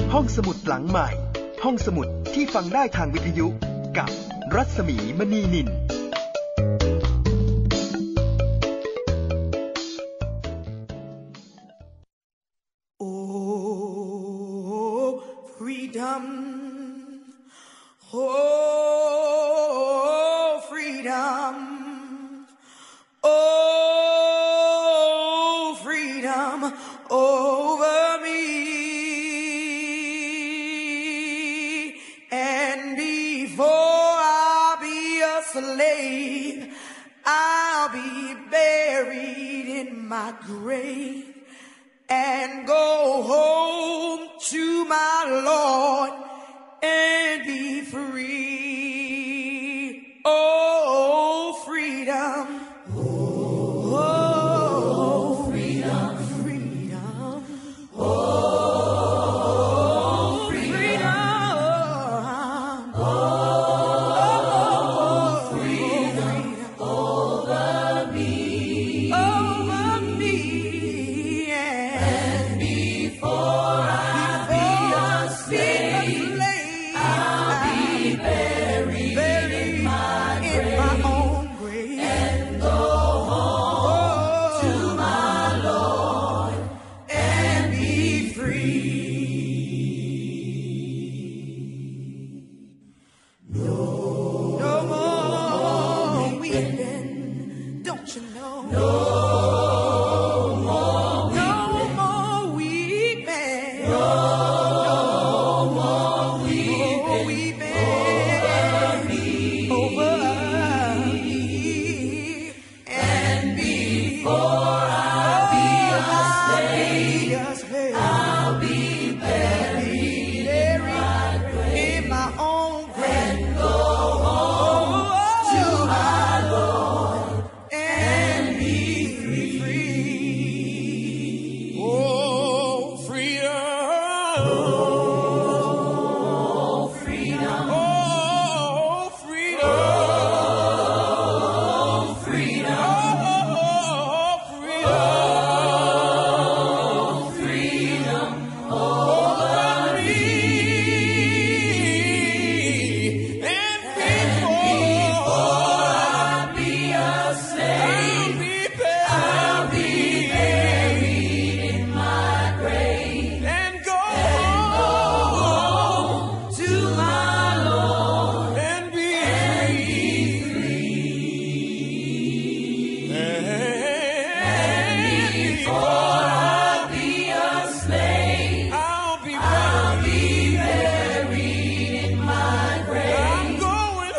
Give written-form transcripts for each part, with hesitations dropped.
ห้องสมุดหลังใหม่ห้องสมุดที่ฟังได้ทางวิทยุกับรัศมีมณีนินโอ้ freedom โอ้ freedom โอ้ freedom over me and before I'll be a slave I'll be buried in my grave and go home to my Lord and be free. Oh, freedom. Oh, freedom. Freedom. Oh, freedom. Oh, freedom over me. Over me. And before I'll be a slave, I'll be buried in my own grave and go home to my Lord and be free. No more weeping, don't you know? No more weeping. No more weeping over me. And before I'll be a slave, I'll be buried in my own grave and go home to my Lord and be free. Oh, freedom. Oh, freedom. Oh, freedom. Oh, freedom. Oh, freedom. Freedom over me. And before I'll be a slave, I'll be buried in my grave and go home to my Lord and be free. And before I'll be a slave, I'll be buried in my grave. I'm going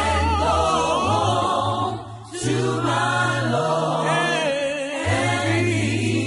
home to my Lord and be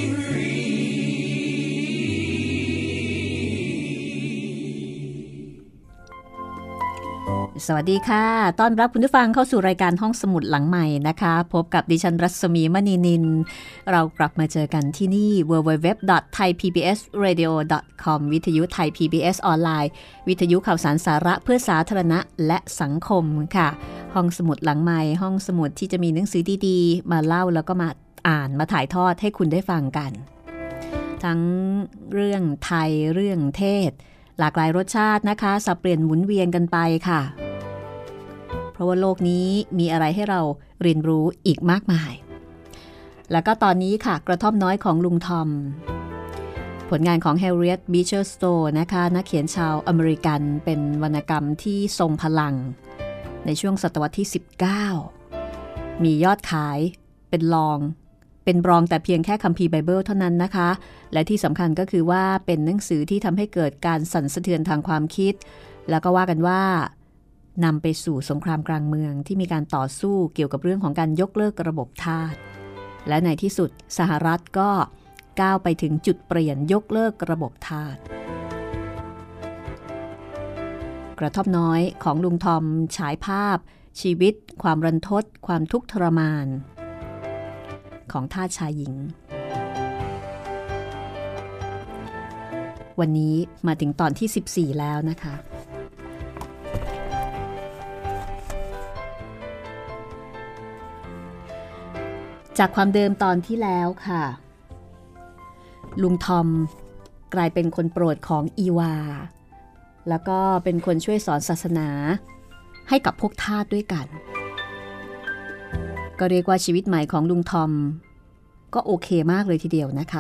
free. สวัสดีค่ะต้อนรับคุณผู้ฟังเข้าสู่รายการห้องสมุดหลังใหม่นะคะพบกับดิฉันรัศมีมณีนินเรากลับมาเจอกันที่นี่ www.thaipbsradio.com วิทยุไทย PBS ออนไลน์วิทยุข่าวสารสาระเพื่อสาธารณะและสังคมค่ะห้องสมุดหลังใหม่ห้องสมุดที่จะมีหนังสือดีๆมาเล่าแล้วก็มาอ่านมาถ่ายทอดให้คุณได้ฟังกันทั้งเรื่องไทยเรื่องเทศหลากหลายรสชาตินะคะสับเปลี่ยนหมุนเวียนกันไปค่ะเพราะว่าโลกนี้มีอะไรให้เราเรียนรู้อีกมากมายแล้วก็ตอนนี้ค่ะกระท่อมน้อยของลุงทอมผลงานของ Harriet Beecher Stowe นะคะนักเขียนชาวอเมริกันเป็นวรรณกรรมที่ทรงพลังในช่วงศตวรรษที่19มียอดขายเป็นรองแต่เพียงแค่คัมภีร์ไบเบิลเท่านั้นนะคะและที่สำคัญก็คือว่าเป็นหนังสือที่ทำให้เกิดการสั่นสะเทือนทางความคิดแล้วก็ว่ากันว่านำไปสู่สงครามกลางเมืองที่มีการต่อสู้เกี่ยวกับเรื่องของการยกเลิกระบบทาสและในที่สุดสหรัฐก็ก้าวไปถึงจุดเปลี่ยนยกเลิกระบบทาสกระท่อมน้อยของลุงทอมฉายภาพชีวิตความรันทดความทุกข์ทรมานของทาสชายหญิงวันนี้มาถึงตอนที่14แล้วนะคะจากความเดิมตอนที่แล้วค่ะลุงทอมกลายเป็นคนโปรดของอีวาแล้วก็เป็นคนช่วยสอนศาสนาให้กับพวกทาสด้วยกันก็เรียกว่าชีวิตใหม่ของลุงทอมก็โอเคมากเลยทีเดียวนะคะ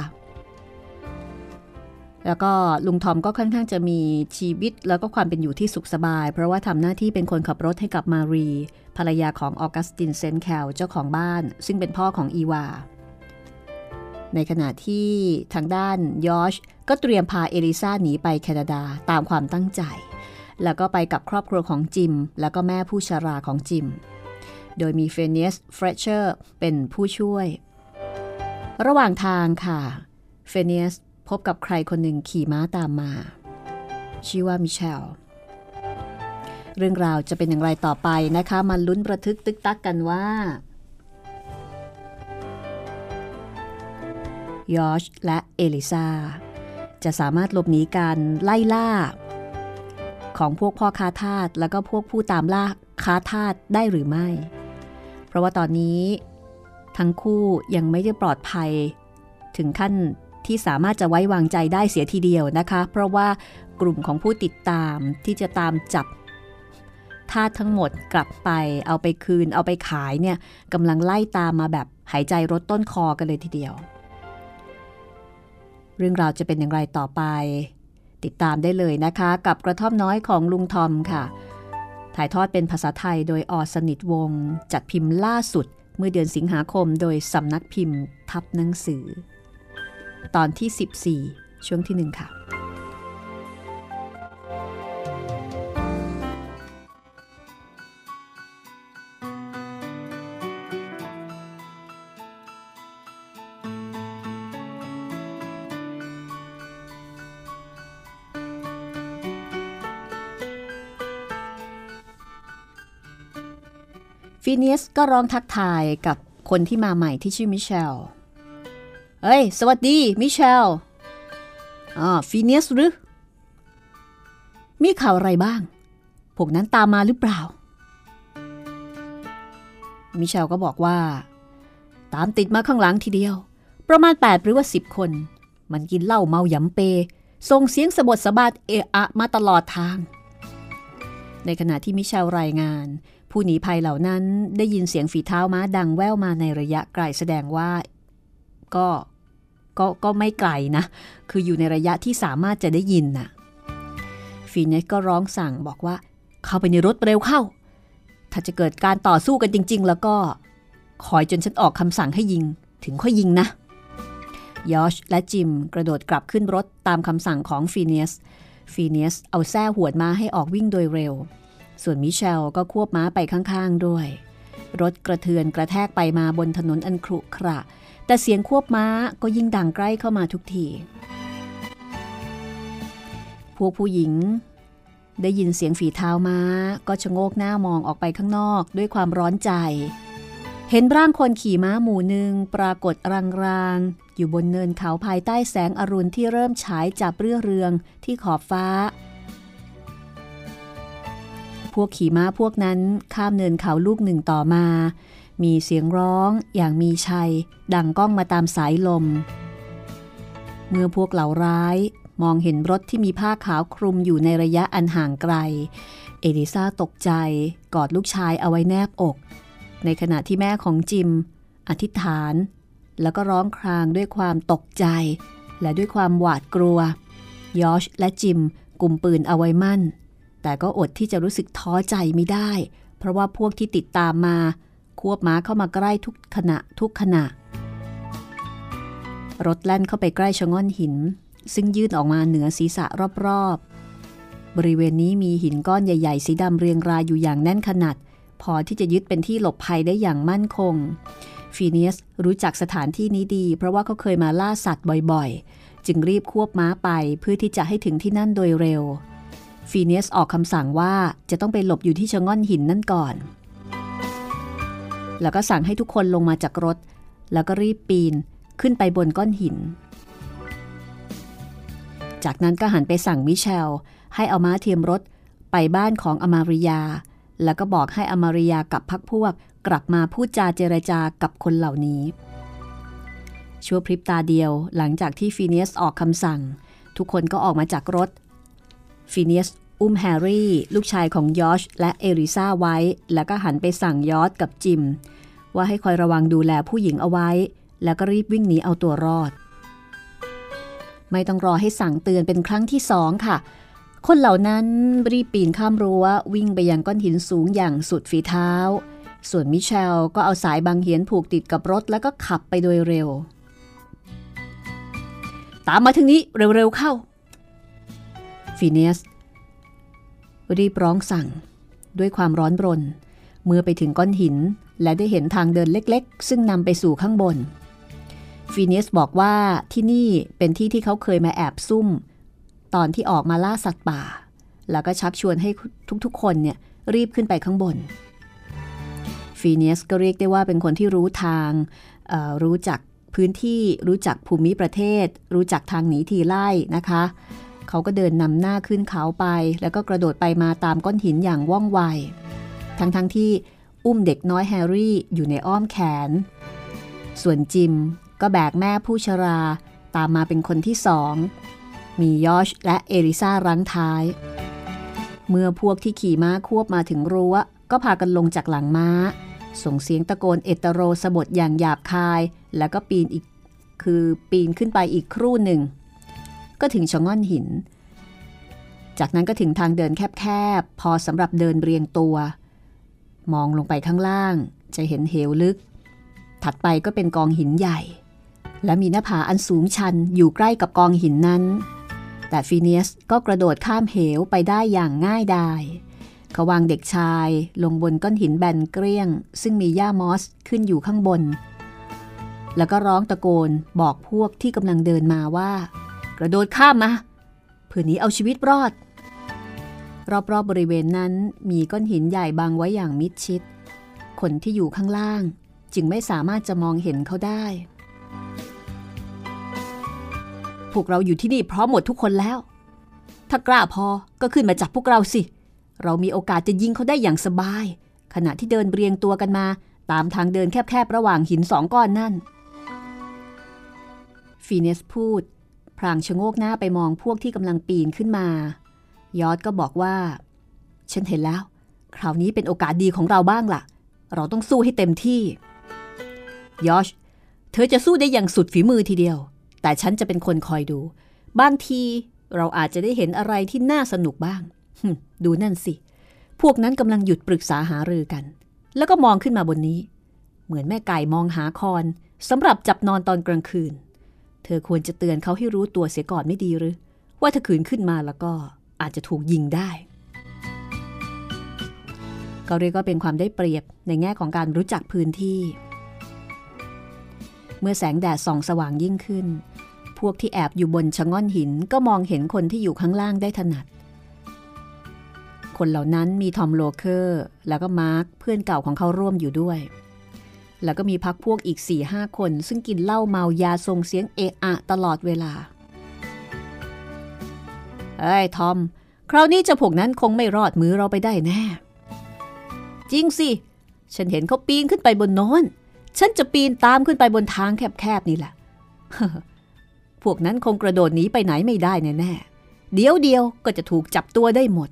แล้วก็ลุงทอมก็ค่อนข้างจะมีชีวิตแล้วก็ความเป็นอยู่ที่สุขสบายเพราะว่าทำหน้าที่เป็นคนขับรถให้กับมารีภรรยาของออกัสตินเซนต์แคลเจ้าของบ้านซึ่งเป็นพ่อของอีวาในขณะที่ทางด้านยอชก็เตรียมพาเอลิซาหนีไปแคนาดาตามความตั้งใจแล้วก็ไปกับครอบครัวของจิมแล้วก็แม่ผู้ชราของจิมโดยมีเฟเนียสเฟรเชอร์เป็นผู้ช่วยระหว่างทางค่ะเฟเนียสพบกับใครคนหนึ่งขี่ม้าตามมาชื่อว่ามิเชลเรื่องราวจะเป็นอย่างไรต่อไปนะคะมาลุ้นระทึกตึกตักกันว่ายอชและเอลิซาจะสามารถหลบหนีการไล่ล่าของพวกพ่อค้าทาสแล้วก็พวกผู้ตามล่าค้าทาสได้หรือไม่เพราะว่าตอนนี้ทั้งคู่ยังไม่ได้ปลอดภัยถึงขั้นที่สามารถจะไว้วางใจได้เสียทีเดียวนะคะเพราะว่ากลุ่มของผู้ติดตามที่จะตามจับทาสทั้งหมดกลับไปเอาไปคืนเอาไปขายเนี่ยกำลังไล่ตามมาแบบหายใจรดต้นคอกันเลยทีเดียวเรื่องราวจะเป็นอย่างไรต่อไปติดตามได้เลยนะคะกับกระท่อมน้อยของลุงทอมค่ะถ่ายทอดเป็นภาษาไทยโดยอ.สนิทวงศ์จัดพิมพ์ล่าสุดเมื่อเดือนสิงหาคมโดยสำนักพิมพ์ทับหนังสือตอนที่14ช่วงที่1ค่ะฟีเนียสก็ร้องทักทายกับคนที่มาใหม่ที่ชื่อมิเชลเฮ้ยสวัสดีมิเชลฟีเนียสหรือมีข่าวอะไรบ้างพวกนั้นตามมาหรือเปล่ามิเชลก็บอกว่าตามติดมาข้างหลังทีเดียวประมาณ8หรือว่า10คนมันกินเหล้าเมาหยำเปส่งเสียงสะบดสะบาดเอะอะมาตลอดทางในขณะที่มิเชลรายงานผู้หนีภัยเหล่านั้นได้ยินเสียงฝีเท้าม้าดังแว่วมาในระยะไกลแสดงว่าก็ไม่ไกลนะคืออยู่ในระยะที่สามารถจะได้ยินน่ะฟีเนสก็ร้องสั่งบอกว่าเข้าไปในรถเร็วเข้าถ้าจะเกิดการต่อสู้กันจริงๆแล้วก็คอยจนฉันออกคำสั่งให้ยิงถึงค่อยยิงนะยอชและจิมกระโดดกลับขึ้นรถตามคำสั่งของฟีเนสเอาแส้หวดม้าให้ออกวิ่งโดยเร็วส่วนมิเชลก็ควบม้าไปข้างๆด้วยรถกระเทือนกระแทกไปมาบนถนนอันขรุขระแต่เสียงควบม้าก็ยิ่งดังใกล้เข้ามาทุกทีพวกผู้หญิงได้ยินเสียงฝีเท้าม้าก็ชะโงกหน้ามองออกไปข้างนอกด้วยความร้อนใจเห็นร่างคนขี่ม้าหมู่หนึ่งปรากฏรางๆอยู่บนเนินเขาภายใต้แสงอรุณที่เริ่มฉายจับเรืองที่ขอบฟ้าพวกขี่ม้าพวกนั้นข้ามเนินเขาลูกหนึ่งต่อมามีเสียงร้องอย่างมีชัยดังก้องมาตามสายลมเมื่อพวกเหล่าร้ายมองเห็นรถที่มีผ้าขาวคลุมอยู่ในระยะอันห่างไกลเอลิซาตกใจกอดลูกชายเอาไว้แนบอกในขณะที่แม่ของจิมอธิษฐานแล้วก็ร้องครางด้วยความตกใจและด้วยความหวาดกลัวยอชและจิมกุมปืนเอาไว้มั่นแต่ก็อดที่จะรู้สึกท้อใจไม่ได้เพราะว่าพวกที่ติดตามมาควบม้าเข้ามาใกล้ทุกขณะรถแล่นเข้าไปใกล้ชะง่อนหินซึ่งยื่นออกมาเหนือศีรษะรอบๆบริเวณนี้มีหินก้อนใหญ่ๆสีดำเรียงรายอยู่อย่างแน่นขนาดพอที่จะยึดเป็นที่หลบภัยได้อย่างมั่นคงฟีเนียสรู้จักสถานที่นี้ดีเพราะว่าเขาเคยมาล่าสัตว์บ่อยๆจึงรีบควบม้าไปเพื่อที่จะให้ถึงที่นั่นโดยเร็วฟีเนียสออกคำสั่งว่าจะต้องไปหลบอยู่ที่ชะง่อนหินนั่นก่อนแล้วก็สั่งให้ทุกคนลงมาจากรถแล้วก็รีบปีนขึ้นไปบนก้อนหินจากนั้นก็หันไปสั่งมิเชลให้เอาม้าเทียมรถไปบ้านของอมาริยาแล้วก็บอกให้อมาริยากับพรรคพวกกลับมาพูดจาเจรจากับคนเหล่านี้ชั่วพริบตาเดียวหลังจากที่ฟีเนียสออกคำสั่งทุกคนก็ออกมาจากรถฟีเนียสอุ้มแฮร์รี่ลูกชายของยอร์จและเอลิซาไว้แล้วก็หันไปสั่งยอร์จกับจิมว่าให้คอยระวังดูแลผู้หญิงเอาไว้แล้วก็รีบวิ่งหนีเอาตัวรอดไม่ต้องรอให้สั่งเตือนเป็นครั้งที่2ค่ะคนเหล่านั้นรีบปีนข้ามรั้ววิ่งไปยังก้อนหินสูงอย่างสุดฝีเท้าส่วนมิเชลก็เอาสายบางเหียนผูกติดกับรถแล้วก็ขับไปโดยเร็วตามมาทางนี้เร็วๆเข้าฟีเนียสรีบร้องสั่งด้วยความร้อนรนเมื่อไปถึงก้อนหินและได้เห็นทางเดินเล็กๆซึ่งนำไปสู่ข้างบนฟีเนียสบอกว่าที่นี่เป็นที่ที่เขาเคยมาแอบซุ่มตอนที่ออกมาล่าสัตว์ป่าแล้วก็ชักชวนให้ทุกๆคนเนี่ยรีบขึ้นไปข้างบนฟีเนียสก็เรียกได้ว่าเป็นคนที่รู้ทางรู้จักพื้นที่รู้จักภูมิประเทศรู้จักทางหนีทีไล่นะคะเขาก็เดินนำหน้าขึ้นเขาไปแล้วก็กระโดดไปมาตามก้อนหินอย่างว่องไวทั้งที่อุ้มเด็กน้อยแฮร์รี่อยู่ในอ้อมแขนส่วนจิมก็แบกแม่ผู้ชราตามมาเป็นคนที่2มียอร์จและเอลิซารั้งท้ายเมื่อพวกที่ขี่ม้าควบมาถึงรั้วก็พากันลงจากหลังม้าส่งเสียงตะโกนเอตโรสบถอย่างหยาบคายแล้วก็ปีนขึ้นไปอีกครู่หนึ่งก็ถึงชะง่อนหินจากนั้นก็ถึงทางเดินแคบๆพอสำหรับเดินเรียงตัวมองลงไปข้างล่างจะเห็นเหวลึกถัดไปก็เป็นกองหินใหญ่และมีหน้าผาอันสูงชันอยู่ใกล้กับกองหินนั้นแต่ฟีเนียสก็กระโดดข้ามเหวไปได้อย่างง่ายดายเขาวางเด็กชายลงบนก้อนหินแบนเกลี้ยงซึ่งมีหญ้ามอสขึ้นอยู่ข้างบนแล้วก็ร้องตะโกนบอกพวกที่กำลังเดินมาว่ากระโดดข้ามมาเพื่อหนีเอาชีวิตรอดรอบๆบริเวณนั้นมีก้อนหินใหญ่บังไว้อย่างมิดชิดคนที่อยู่ข้างล่างจึงไม่สามารถจะมองเห็นเขาได้พวกเราอยู่ที่นี่พร้อมหมดทุกคนแล้วถ้ากล้าพอก็ขึ้นมาจับพวกเราสิเรามีโอกาสจะยิงเขาได้อย่างสบายขณะที่เดินเรียงตัวกันมาตามทางเดินแคบๆระหว่างหิน2ก้อนนั่นฟีเนสพูดพลางชะโงกหน้าไปมองพวกที่กำลังปีนขึ้นมายอร์จก็บอกว่าฉันเห็นแล้วคราวนี้เป็นโอกาสดีของเราบ้างล่ะเราต้องสู้ให้เต็มที่ยอร์จเธอจะสู้ได้อย่างสุดฝีมือทีเดียวแต่ฉันจะเป็นคนคอยดูบางทีเราอาจจะได้เห็นอะไรที่น่าสนุกบ้างดูนั่นสิพวกนั้นกำลังหยุดปรึกษาหารือกันแล้วก็มองขึ้นมาบนนี้เหมือนแม่ไก่มองหาคอนสำหรับจับนอนตอนกลางคืนเธอควรจะเตือนเขาให้รู้ตัวเสียก่อนไม่ดีหรือว่าถ้าขืนขึ้นมาแล้วก็อาจจะถูกยิงได้ก็เรียกว่าเป็นความได้เปรียบในแง่ของการรู้จักพื้นที่เมื่อแสงแดดส่องสว่างยิ่งขึ้นพวกที่แอบอยู่บนชะง่อนหินก็มองเห็นคนที่อยู่ข้างล่างได้ถนัดคนเหล่านั้นมีทอมโลเคอร์แล้วก็มาร์คเพื่อนเก่าของเขาร่วมอยู่ด้วยแล้วก็มีพรรคพวกอีก 4-5 คนซึ่งกินเหล้าเมายาส่งเสียงเอะอะตลอดเวลาเอ้ยทอมคราวนี้เจ้าพวกนั้นคงไม่รอดมือเราไปได้แน่จริงสิฉันเห็นเขาปีนขึ้นไปบนโน้นฉันจะปีนตามขึ้นไปบนทางแคบๆนี่แหละ พวกนั้นคงกระโดดหนีไปไหนไม่ได้แน่ๆเดี๋ยวก็จะถูกจับตัวได้หมด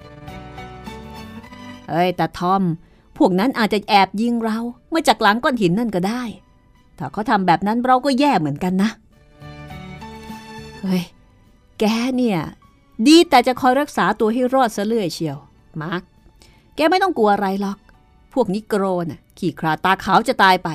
เอ้ยแต่ทอมพวกนั้นอาจจะแอบยิงเรามาจากหลังก้อนหินนั่นก็ได้ถ้าเขาทำแบบนั้นเราก็แย่เหมือนกันนะเฮ้ยแกเนี่ยดีแต่จะคอยรักษาตัวให้รอดซะเรื่อยเชียวมาร์คแกไม่ต้องกลัวอะไรหรอกพวกนิโกรน่ะขี้ขลาดตาขาวจะตายไป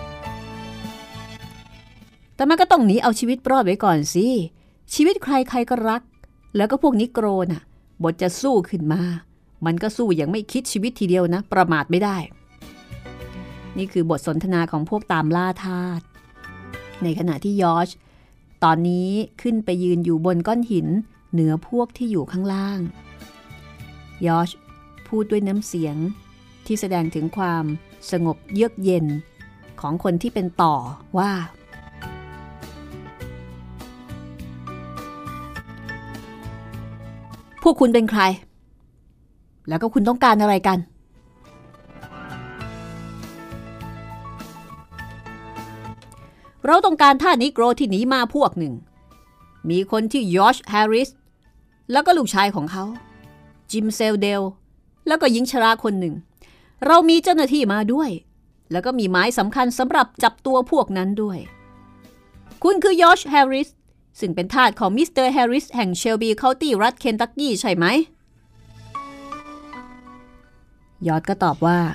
แต่มันก็ต้องหนีเอาชีวิตรอดไว้ก่อนสิชีวิตใครๆก็รักแล้วก็พวกนิโกรน่ะบทจะสู้ขึ้นมามันก็สู้อย่างไม่คิดชีวิตทีเดียวนะประมาทไม่ได้นี่คือบทสนทนาของพวกตามล่าทาสในขณะที่ยอร์จตอนนี้ขึ้นไปยืนอยู่บนก้อนหินเหนือพวกที่อยู่ข้างล่างยอร์จพูดด้วยน้ำเสียงที่แสดงถึงความสงบเยือกเย็นของคนที่เป็นต่อว่าพวกคุณเป็นใครแล้วก็คุณต้องการอะไรกันเราต้องการท่านิโกรที่หนีมาพวกหนึ่งมีคนที่ยอร์จแฮร์ริสแล้วก็ลูกชายของเขาจิมเซลเดลแล้วก็หญิงชราคนหนึ่งเรามีเจ้าหน้าที่มาด้วยแล้วก็มีหมายสำคัญสำหรับจับตัวพวกนั้นด้วยคุณคือยอร์จแฮร์ริสซึ่งเป็นทาสของมิสเตอร์แฮร์ริสแห่งเชลบีเคานตี้รัฐเคนตักกี้ใช่ไหมยอร์จก็ตอบว่า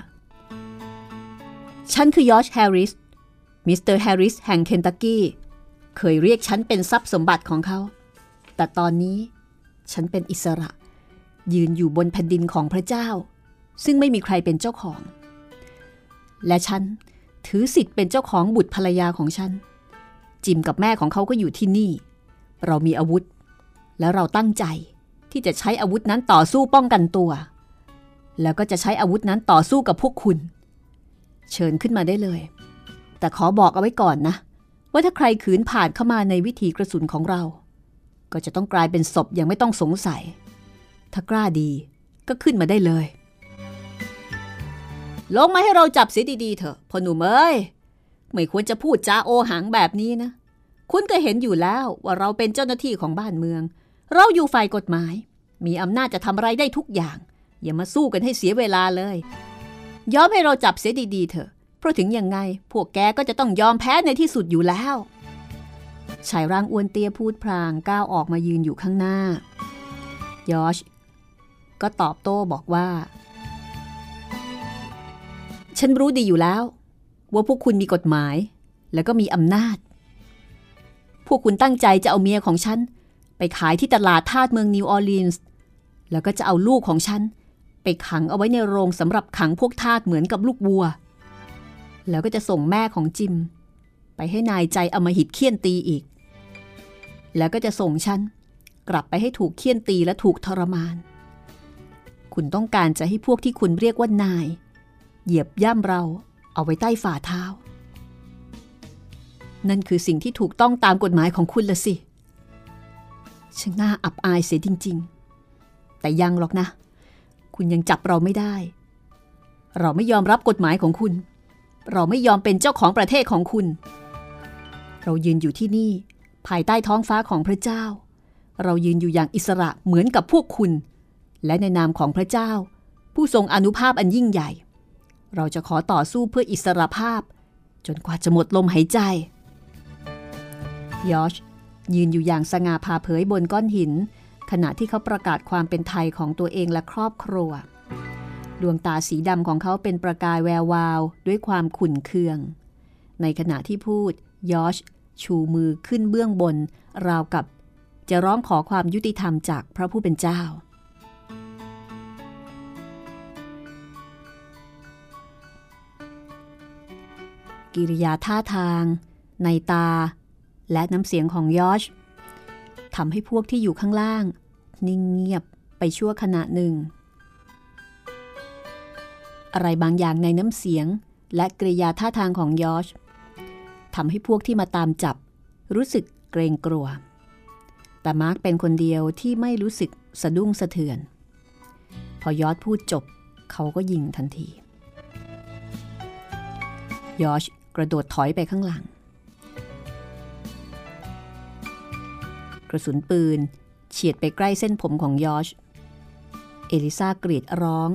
ฉันคือยอร์จแฮร์ริสมิสเตอร์แฮร์ริสแห่งเคนตักกี้เคยเรียกฉันเป็นทรัพย์สมบัติของเขาแต่ตอนนี้ฉันเป็นอิสระยืนอยู่บนแผ่นดินของพระเจ้าซึ่งไม่มีใครเป็นเจ้าของและฉันถือสิทธิ์เป็นเจ้าของบุตรภรรยาของฉันจิมกับแม่ของเขาก็อยู่ที่นี่เรามีอาวุธและเราตั้งใจที่จะใช้อาวุธนั้นต่อสู้ป้องกันตัวแล้วก็จะใช้อาวุธนั้นต่อสู้กับพวกคุณเชิญขึ้นมาได้เลยแต่ขอบอกเอาไว้ก่อนนะว่าถ้าใครขืนผ่านเข้ามาในวิถีกระสุนของเราก็จะต้องกลายเป็นศพอย่างไม่ต้องสงสัยถ้ากล้าดีก็ขึ้นมาได้เลยลงมาให้เราจับเสียดีๆเถอะพ่อหนุ่มเอ้ยไม่ควรจะพูดจาโอหังแบบนี้นะคุณก็เห็นอยู่แล้วว่าเราเป็นเจ้าหน้าที่ของบ้านเมืองเราอยู่ฝ่ายกฎหมายมีอำนาจจะทำอะไรได้ทุกอย่างอย่ามาสู้กันให้เสียเวลาเลยยอมให้เราจับเสียดีๆเถอะเพราะถึงยังไงพวกแกก็จะต้องยอมแพ้ในที่สุดอยู่แล้วชายร่างอ้วนเตี้ยพูดพลางก้าวออกมายืนอยู่ข้างหน้ายอร์จก็ตอบโต้บอกว่าฉันรู้ดีอยู่แล้วว่าพวกคุณมีกฎหมายแล้วก็มีอำนาจพวกคุณตั้งใจจะเอาเมียของฉันไปขายที่ตลาดทาสเมืองนิวออร์ลีนส์แล้วก็จะเอาลูกของฉันไปขังเอาไว้ในโรงสำหรับขังพวกทาสเหมือนกับลูกวัวแล้วก็จะส่งแม่ของจิมไปให้นายใจอำมหิตเฆี่ยนตีอีกแล้วก็จะส่งฉันกลับไปให้ถูกเฆี่ยนตีและถูกทรมานคุณต้องการจะให้พวกที่คุณเรียกว่านายเหยียบย่ำเราเอาไว้ใต้ฝ่าเท้านั่นคือสิ่งที่ถูกต้องตามกฎหมายของคุณละสิช่างน่าอับอายเสียจริงๆแต่ยังหรอกนะคุณยังจับเราไม่ได้เราไม่ยอมรับกฎหมายของคุณเราไม่ยอมเป็นเจ้าของประเทศของคุณเรายืนอยู่ที่นี่ภายใต้ท้องฟ้าของพระเจ้าเรายืนอยู่อย่างอิสระเหมือนกับพวกคุณและในนามของพระเจ้าผู้ทรงอานุภาพอันยิ่งใหญ่เราจะขอต่อสู้เพื่ออิสรภาพจนกว่าจะหมดลมหายใจยอร์จยืนอยู่อย่างสง่าผ่าเผยบนก้อนหินขณะที่เขาประกาศความเป็นไทยของตัวเองและครอบครัวดวงตาสีดำของเขาเป็นประกายแวววาวด้วยความขุ่นเคืองในขณะที่พูดยอร์จชูมือขึ้นเบื้องบนราวกับจะร้องขอความยุติธรรมจากพระผู้เป็นเจ้ากิริยาท่าทางในตาและน้ำเสียงของยอร์จทำให้พวกที่อยู่ข้างล่างนิ่งเงียบไปชั่วขณะหนึ่งอะไรบางอย่างในน้ำเสียงและกริยาท่าทางของยอร์จทำให้พวกที่มาตามจับรู้สึกเกรงกลัวแต่มาร์คเป็นคนเดียวที่ไม่รู้สึกสะดุ้งสะเทือนพอยอร์จพูดจบเขาก็ยิงทันทียอร์จกระโดดถอยไปข้างหลังกระสุนปืนเฉียดไปใกล้เส้นผมของยอร์จเอลิซากรีดร้อง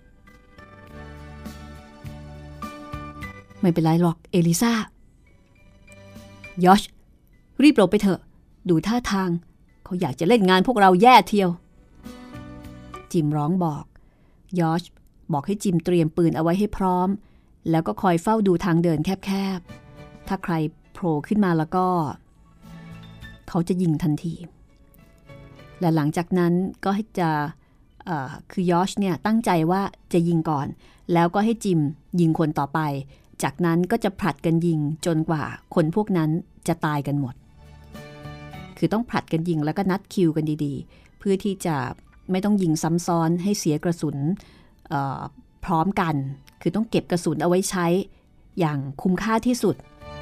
ไม่เป็นไรหรอกเอลิซายอร์จรีบหลบไปเถอะดูท่าทางเขาอยากจะเล่นงานพวกเราแย่เทียวจิมร้องบอกยอร์จบอกให้จิมเตรียมปืนเอาไว้ให้พร้อมแล้วก็คอยเฝ้าดูทางเดินแคบๆถ้าใครโผล่ขึ้นมาแล้วก็เขาจะยิงทันทีและหลังจากนั้นก็ให้จะคือยอร์จเนี่ยตั้งใจว่าจะยิงก่อนแล้วก็ให้จิมยิงคนต่อไปจากนั้นก็จะผลัดกันยิงจนกว่าคนพวกนั้นจะตายกันหมดคือต้องผลัดกันยิงแล้วก็นัดคิวกันดีๆเพื่อที่จะไม่ต้องยิงซ้ำซ้อนให้เสียกระสุนพร้อมกันคือต้องเก็บกระสุนเอาไว้ใช้อย่างคุ้มค่าที่สุด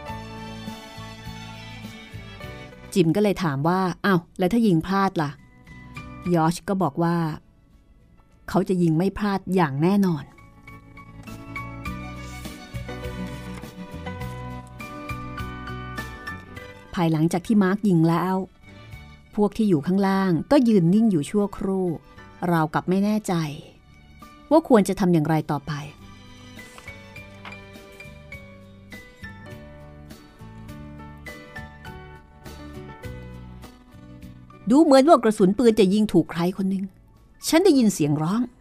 จิมก็เลยถามว่าอ้าวแล้วถ้ายิงพลาดล่ะยอร์จก็บอกว่าเขาจะยิงไม่พลาดอย่างแน่นอนภายหลังจากที่มาร์คยิงแล้วพวกที่อยู่ข้างล่างก็ยืนนิ่งอยู่ชั่วครู่ราวกับไม่แน่ใจว่าควรจะทำอย่างไรต่อไปดูเหมือนว่ากระสุนปืนจะยิงถูกใครคนหนึ่งฉันได้ยินเสียงร้อง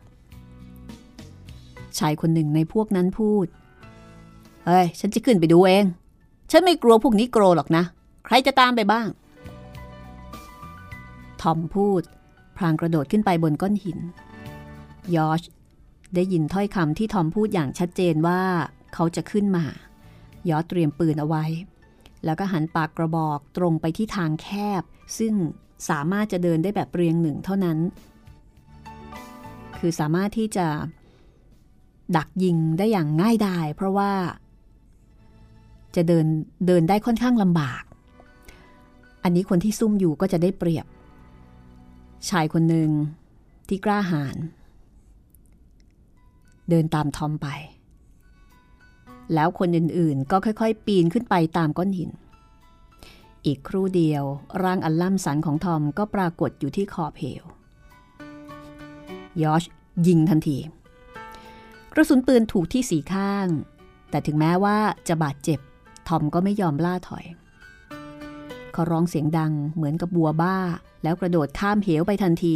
ชายคนหนึ่งในพวกนั้นพูดเฮ้ยฉันจะขึ้นไปดูเองฉันไม่กลัวพวกนี้โกรหรอกนะใครจะตามไปบ้างทอมพูดพลางกระโดดขึ้นไปบนก้อนหินยอร์ชได้ยินถ้อยคำที่ทอมพูดอย่างชัดเจนว่าเขาจะขึ้นมายอร์ชเตรียมปืนเอาไว้แล้วก็หันปากกระบอกตรงไปที่ทางแคบซึ่งสามารถจะเดินได้แบบเรียงหนึ่งเท่านั้นคือสามารถที่จะดักยิงได้อย่างง่ายดายเพราะว่าจะเดินได้ค่อนข้างลำบากอันนี้คนที่ซุ่มอยู่ก็จะได้เปรียบชายคนหนึ่งที่กล้าหาญเดินตามทอมไปแล้วคนอื่นๆก็ค่อยๆปีนขึ้นไปตามก้อนหินอีกครู่เดียวร่างอันล่ำสันของทอมก็ปรากฏอยู่ที่ขอบเหวยอร์ชยิงทันทีกระสุนปืนถูกที่สี่ข้างแต่ถึงแม้ว่าจะบาดเจ็บทอมก็ไม่ยอมล่าถอยเขาร้องเสียงดังเหมือนกับบัวบ้าแล้วกระโดดข้ามเหวไปทันที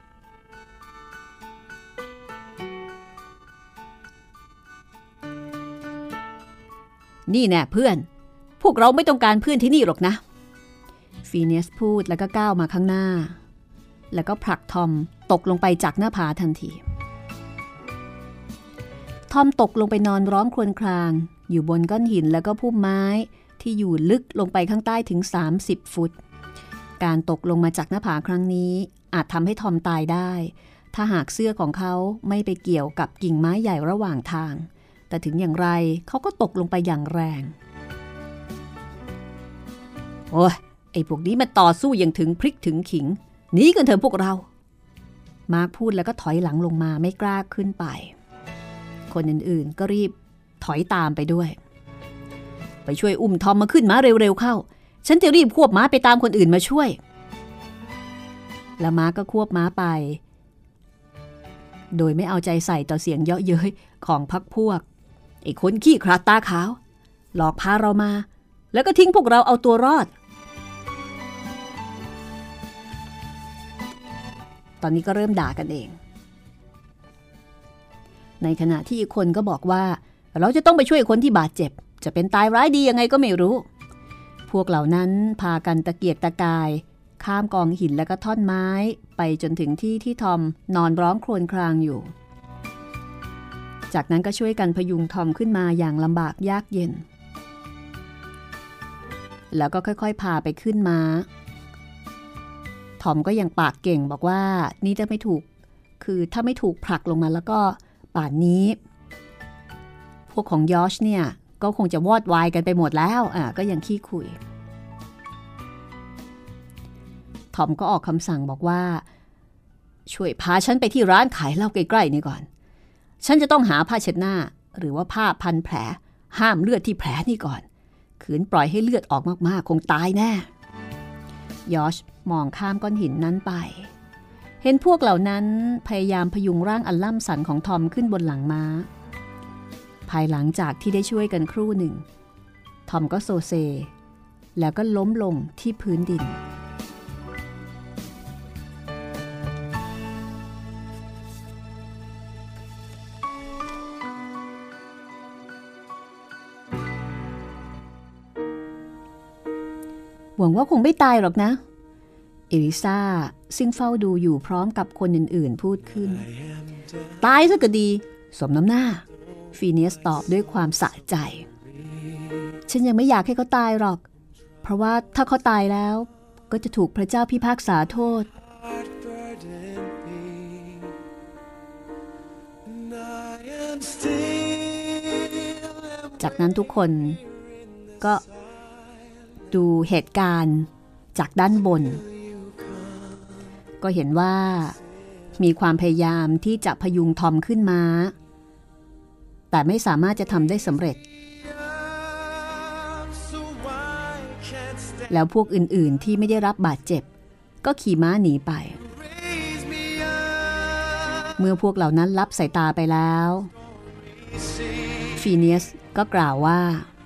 นี่แน่เพื่อนพวกเราไม่ต้องการเพื่อนที่นี่หรอกนะฟีเนสพูดแล้วก็ก้าวมาข้างหน้าแล้วก็ผลักทอมตกลงไปจากหน้าผาทันทีทอมตกลงไปนอนร้องครวญครางอยู่บนก้อนหินแล้วก็พุ่มไม้ที่อยู่ลึกลงไปข้างใต้ถึง30 ฟุตการตกลงมาจากหน้าผาครั้งนี้อาจทำให้ทอมตายได้ถ้าหากเสื้อของเขาไม่ไปเกี่ยวกับกิ่งไม้ใหญ่ระหว่างทางแต่ถึงอย่างไรเขาก็ตกลงไปอย่างแรงโอ้ยไอ้พวกนี้มันต่อสู้อย่างถึงพริกถึงขิงหนีกันเถอะพวกเรามาร์คพูดแล้วก็ถอยหลังลงมาไม่กล้าขึ้นไปคนอื่นๆก็รีบถอยตามไปด้วยไปช่วยอุ้มทอมมาขึ้นม้าเร็วๆเข้าฉันจะรีบควบม้าไปตามคนอื่นมาช่วยแล้วม้าก็ควบม้าไปโดยไม่เอาใจใส่ต่อเสียงเยาะเย้ยของพรรคพวกไอ้คนขี้ขลาดตาขาวหลอกพาเรามาแล้วก็ทิ้งพวกเราเอาตัวรอดตอนนี้ก็เริ่มด่ากันเองในขณะที่อีกคนก็บอกว่าเราจะต้องไปช่วยคนที่บาดเจ็บจะเป็นตายร้ายดียังไงก็ไม่รู้พวกเหล่านั้นพากันตะเกียกตะกายข้ามกองหินและก็ท่อนไม้ไปจนถึงที่ที่ทอมนอนร้องครวญครางอยู่จากนั้นก็ช่วยกันพยุงทอมขึ้นมาอย่างลำบากยากเย็นแล้วก็ค่อยๆพาไปขึ้นม้าทอมก็ยังปากเก่งบอกว่านี่จะไม่ถูกคือถ้าไม่ถูกผลักลงมาแล้วก็ป่านนี้พวกของยอร์ชเนี่ยก็คงจะวอดวายกันไปหมดแล้วก็ยังขี้คุยทอมก็ออกคำสั่งบอกว่าช่วยพาฉันไปที่ร้านขายเหล้าใกล้ๆนี่ก่อนฉันจะต้องหาผ้าเช็ดหน้าหรือว่าผ้าพันแผลห้ามเลือดที่แผลนี่ก่อนขืนปล่อยให้เลือดออกมากๆคงตายแน่ยอร์ชมองข้ามก้อนหินนั้นไปเห็นพวกเหล่านั้นพยายามพยุงร่างอันล่ำสันของทอมขึ้นบนหลังม้าภายหลังจากที่ได้ช่วยกันครู่หนึ่งทอมก็โซเซแล้วก็ล้มลงที่พื้นดินหวังว่าคงไม่ตายหรอกนะเอลิซาซึ่งเฝ้าดูอยู่พร้อมกับคนอื่นๆพูดขึ้นตายซะก็ดีสมน้ำหน้าฟีเนียสตอบด้วยความสะใจฉันยังไม่อยากให้เขาตายหรอกเพราะว่าถ้าเขาตายแล้วก็จะถูกพระเจ้าพิพากษาโทษจากนั้นทุกคนก็ดูเหตุการณ์จากด้านบนก็เห็นว่ามีความพยายามที่จะพยุงทอมขึ้นมาแต่ไม่สามารถจะทำได้สำเร็จแล้วพวกอื่นๆที่ไม่ได้รับบาดเจ็บก็ขี่ม้าหนีไปเมื่อพวกเหล่านั้นลับสายตาไปแล้วฟีเนียสก็กล่าวว่า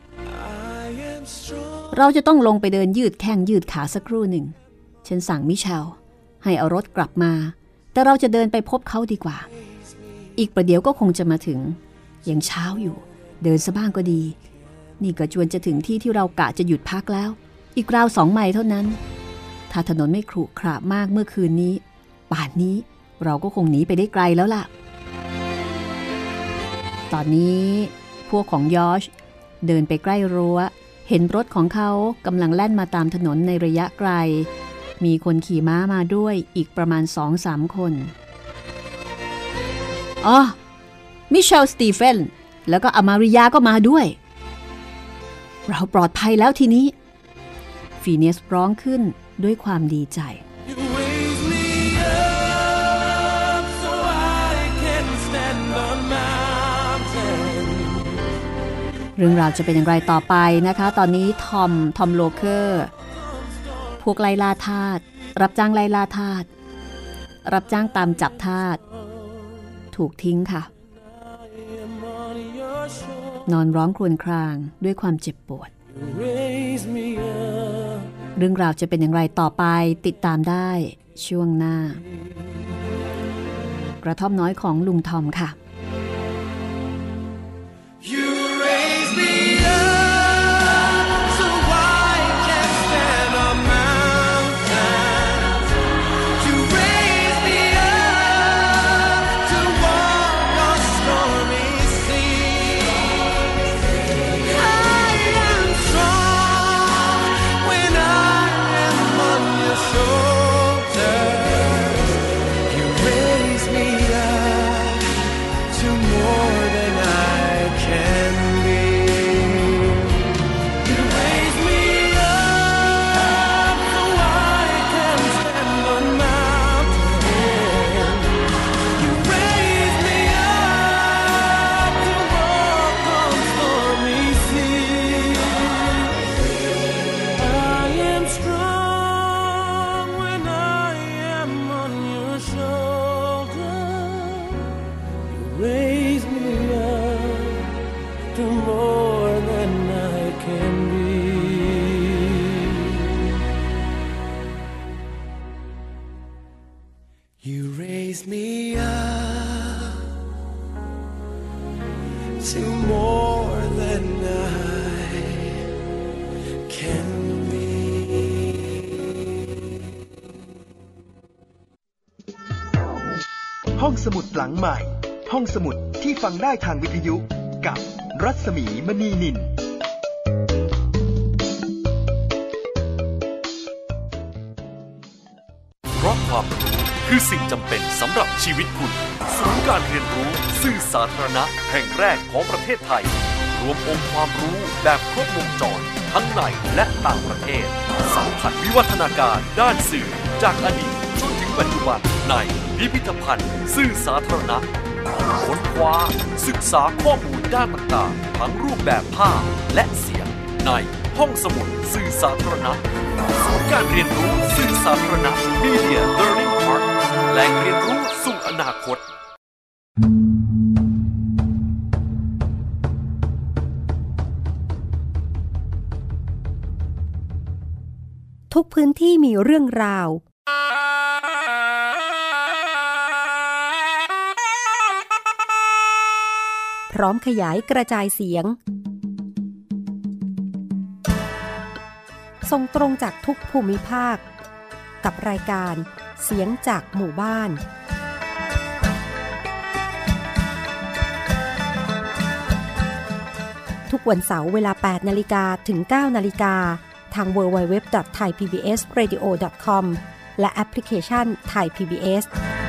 เราจะต้องลงไปเดินยืดแข้งยืดขาสักครู่หนึ่งฉันสั่งมิเชลให้เอารถกลับมาแต่เราจะเดินไปพบเขาดีกว่าอีกประเดี๋ยวก็คงจะมาถึงยังเช้าอยู่เดินซะบ้างก็ดีนี่ก็จวนจะถึงที่ที่เรากะจะหยุดพักแล้วอีกราว2 ไมล์เท่านั้นถ้าถนนไม่ขรุขระมากเมื่อคืนนี้ป่านนี้เราก็คงหนีไปได้ไกลแล้วล่ะตอนนี้พวกของยอชเดินไปใกล้รั้วเห็นรถของเขากำลังแล่นมาตามถนนในระยะไกลมีคนขี่ม้ามาด้วยอีกประมาณ 2-3 คนอ๋อมิเชลสตีเฟนแล้วก็อมาริยาก็มาด้วยเราปลอดภัยแล้วทีนี้ฟีเนียสร้องขึ้นด้วยความดีใจเรื่องราวจะเป็นอย่างไรต่อไปนะคะตอนนี้ทอมโลเคอร์พวกไล่ล่าทาสรับจ้างไล่ล่าทาสรับจ้างตามจับทาสถูกทิ้งค่ะนอนร้องครวญครางด้วยความเจ็บปวดเรื่องราวจะเป็นอย่างไรต่อไปติดตามได้ช่วงหน้ากระท่อมน้อยของลุงทอมค่ะห้องสมุดหลังใหม่ห้องสมุดที่ฟังได้ทางวิทยุกับรัศมีมณีนินเพราะความรู้คือสิ่งจำเป็นสำหรับชีวิตคุณศูนย์การเรียนรู้สื่อสาธารณะแห่งแรกของประเทศไทยรวมองค์ความรู้แบบครบวงจรทั้งในและต่างประเทศสัมผัสวิวัฒนาการด้านสื่อจากอดีตจนถึงปัจจุบันในพิพิธภัณฑ์สื่อสาธารณะค้นคว้าศึกษาข้อมูลด้านต่างๆทั้งรูปแบบภาพและเสียงในห้องสมุดสื่อสาธารณะศูนย์การเรียนรู้สื่อสาธารณะ Media Learning Park แหล่งเรียนรู้สู่อนาคตทุกพื้นที่มีเรื่องราวพร้อมขยายกระจายเสียงส่งตรงจากทุกภูมิภาคกับรายการเสียงจากหมู่บ้านทุกวันเสาร์เวลา 8:00 นถึง 9:00 นทาง www.thaipbsradio.com และแอปพลิเคชัน Thai PBS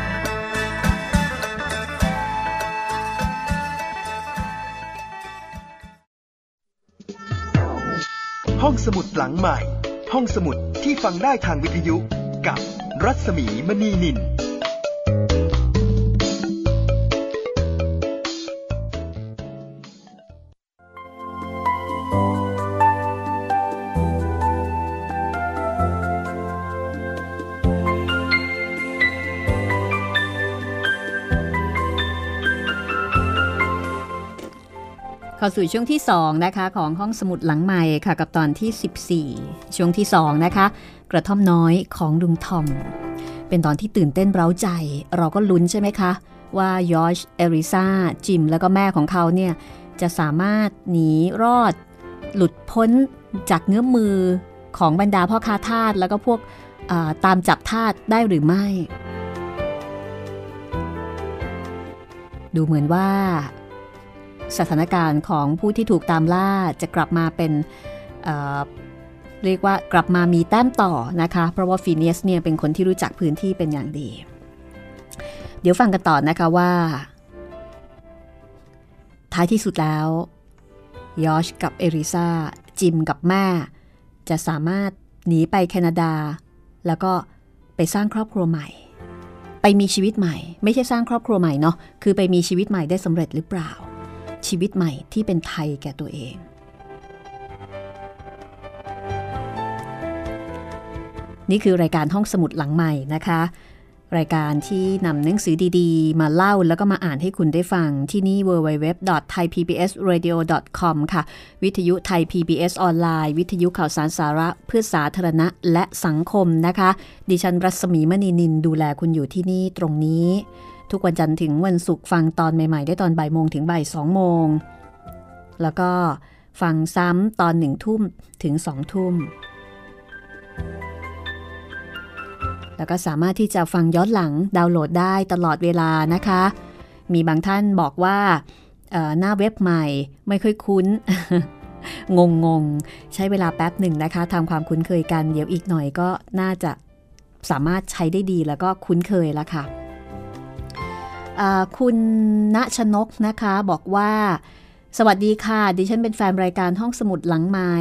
ห้องสมุดหลังใหม่ห้องสมุดที่ฟังได้ทางวิทยุกับรัศมีมณีนินเข้าสู่ช่วงที่2นะคะของห้องสมุดหลังใหม่ค่ะกับตอนที่14ช่วงที่2นะคะกระท่อมน้อยของลุงทอมเป็นตอนที่ตื่นเต้นเร้าใจเราก็ลุ้นใช่ไหมคะว่ายอร์จเอริซาจิมแล้วก็แม่ของเขาเนี่ยจะสามารถหนีรอดหลุดพ้นจากเงื้อมมือของบรรดาพ่อค้าทาสแล้วก็พวกตามจับทาสได้หรือไม่ดูเหมือนว่าสถานการณ์ของผู้ที่ถูกตามล่าจะกลับมาเป็นเรียกว่ากลับมามีแต้มต่อนะคะเพราะว่าฟีเนียสเนี่ยเป็นคนที่รู้จักพื้นที่เป็นอย่างดีเดี๋ยวฟังกันต่อนะคะว่าท้ายที่สุดแล้วยอร์จกับเอริซาจิมกับแม่จะสามารถหนีไปแคนาดาแล้วก็ไปสร้างครอบครัวใหม่ไปมีชีวิตใหม่ไม่ใช่สร้างครอบครัวใหม่เนาะคือไปมีชีวิตใหม่ได้สำเร็จหรือเปล่าชีวิตใหม่ที่เป็นไทยแก่ตัวเองนี่คือรายการห้องสมุดหลังใหม่นะคะรายการที่นำหนังสือดีๆมาเล่าแล้วก็มาอ่านให้คุณได้ฟังที่นี่ www.thaipbsradio.com ค่ะวิทยุไทย PBS ออนไลน์วิทยุข่าวสารสาระเพื่อสาธารณะและสังคมนะคะดิฉันรัศมีมณีนินดูแลคุณอยู่ที่นี่ตรงนี้ทุกวันจันทร์ถึงวันศุกร์ฟังตอนใหม่ๆได้ตอนบ่ายโมงถึงบ่าย2โมงแล้วก็ฟังซ้ำตอน1ทุ่มถึง2ทุ่มแล้วก็สามารถที่จะฟังย้อนหลังดาวน์โหลดได้ตลอดเวลานะคะมีบางท่านบอกว่าหน้าเว็บใหม่ไม่ค่อยคุ้น งงใช้เวลาแป๊บหนึ่งนะคะทำความคุ้นเคยกันเดี๋ยวอีกหน่อยก็น่าจะสามารถใช้ได้ดีแล้วก็คุ้นเคยแล้วค่ะคุณณชนกนะคะบอกว่าสวัสดีค่ะดิฉันเป็นแฟนรายการห้องสมุดหลังใหม่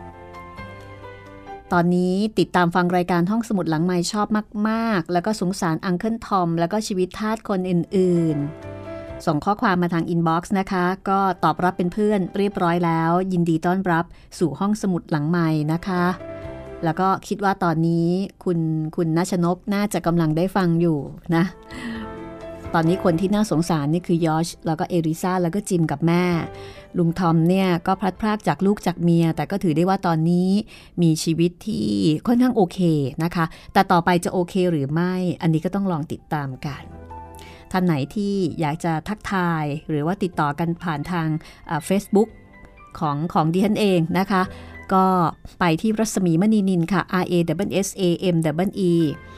ตอนนี้ติดตามฟังรายการห้องสมุดหลังไมค์ชอบมากๆแล้วก็สงสารอังเคิลทอมแล้วก็ชีวิตทาสคนอื่นๆส่งข้อความมาทางอินบ็อกซ์นะคะก็ตอบรับเป็นเพื่อนเรียบร้อยแล้วยินดีต้อนรับสู่ห้องสมุดหลังไมค์นะคะแล้วก็คิดว่าตอนนี้คุณณชนกน่าจะกำลังได้ฟังอยู่นะตอนนี้คนที่น่าสงสารนี่คือยอร์จแล้วก็เอริซาแล้วก็จิมกับแม่ลุงทอมเนี่ยก็พลัดพรากจากลูกจากเมียแต่ก็ถือได้ว่าตอนนี้มีชีวิตที่ค่อนข้างโอเคนะคะแต่ต่อไปจะโอเคหรือไม่อันนี้ก็ต้องลองติดตามกันท่านไหนที่อยากจะทักทายหรือว่าติดต่อกันผ่านทางFacebook ของดิฉันเองนะคะก็ไปที่รัศมีมณีนินค่ะ RASSAMEE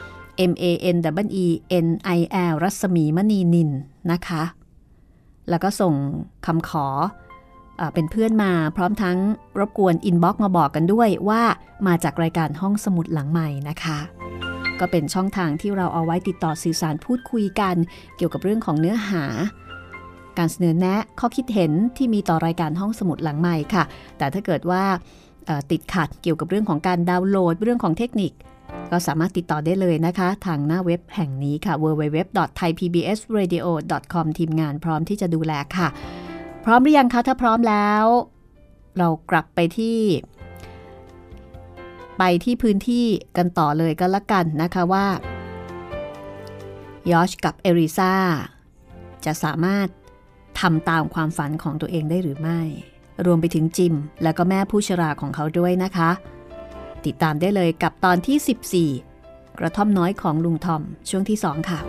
MANENIL รัศมีมณีนินนะคะแล้วก็ส่งคำขอเป็นเพื่อนมาพร้อมทั้งรบกวนอินบ็อกซ์มาบอกกันด้วยว่ามาจากรายการห้องสมุดหลังใหม่นะคะก็เป็นช่องทางที่เราเอาไว้ติดต่อสื่อสารพูดคุยกันเกี่ยวกับเรื่องของเนื้อหาการเสนอแนะข้อคิดเห็นที่มีต่อรายการห้องสมุดหลังใหม่ค่ะแต่ถ้าเกิดว่าติดขัดเกี่ยวกับเรื่องของการดาวน์โหลดเรื่องของเทคนิคก็สามารถติดต่อได้เลยนะคะทางหน้าเว็บแห่งนี้ค่ะ www.thaipbsradio.com ทีมงานพร้อมที่จะดูแลค่ะพร้อมหรือยังคะถ้าพร้อมแล้วเรากลับไปที่พื้นที่กันต่อเลยก็แล้วกันนะคะว่ายอร์จกับเอริซาจะสามารถทำตามความฝันของตัวเองได้หรือไม่รวมไปถึงจิมและก็แม่ผู้ชราของเขาด้วยนะคะติดตามได้เลยกับตอนที่14กระท่อมน้อยของลุงทอมช่วงที่2ค่ะ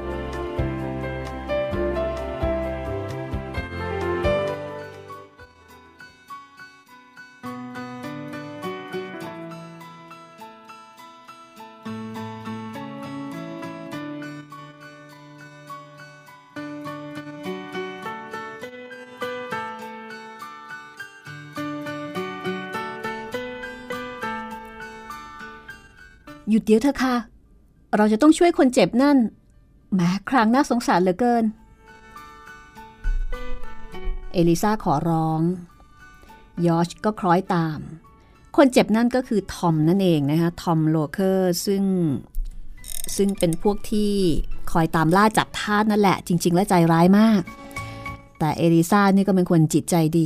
หยุดเดี๋ยวเถอะค่ะเราจะต้องช่วยคนเจ็บนั่นแหมครั้งน่าสงสารเหลือเกินเอลิซาขอร้องยอร์จก็คล้อยตามคนเจ็บนั่นก็คือทอมนั่นเองนะคะทอมโลเคอร์ซึ่งเป็นพวกที่คอยตามล่าจับทาสนั่นแหละจริงๆและใจร้ายมากแต่เอลิซานี่ก็เป็นคนจิตใจดี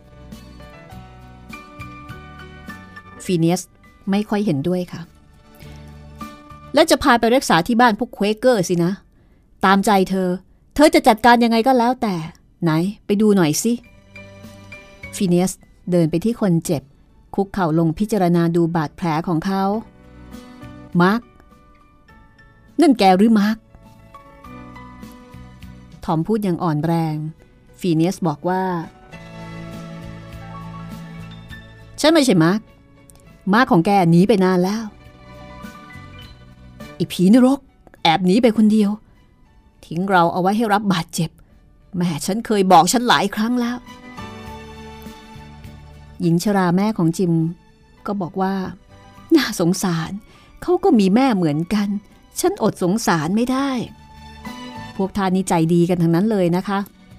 ฟีเนียสไม่ค่อยเห็นด้วยค่ะแล้วจะพาไปรักษาที่บ้านพวกเควเกอร์สินะตามใจเธอจะจัดการยังไงก็แล้วแต่ไหนไปดูหน่อยสิฟีเนียสเดินไปที่คนเจ็บคุกเข่าลงพิจารณาดูบาดแผลของเขามาร์คนั่นแกหรือมาร์คทอมพูดอย่างอ่อนแรงฟีเนียสบอกว่าฉันไม่ใช่มาร์คของแกหนีไปนานแล้วไอ้ผีนรกแอบหนีไปคนเดียวทิ้งเราเอาไว้ให้รับบาดเจ็บแม่ฉันเคยบอกฉันหลายครั้งแล้วหญิงชราแม่ของจิมก็บอกว่าน่าสงสารเขาก็มีแม่เหมือนกันฉันอดสงสารไม่ได้พวกท่านนี่ใจดีกันทั้งนั้นเลยนะคะ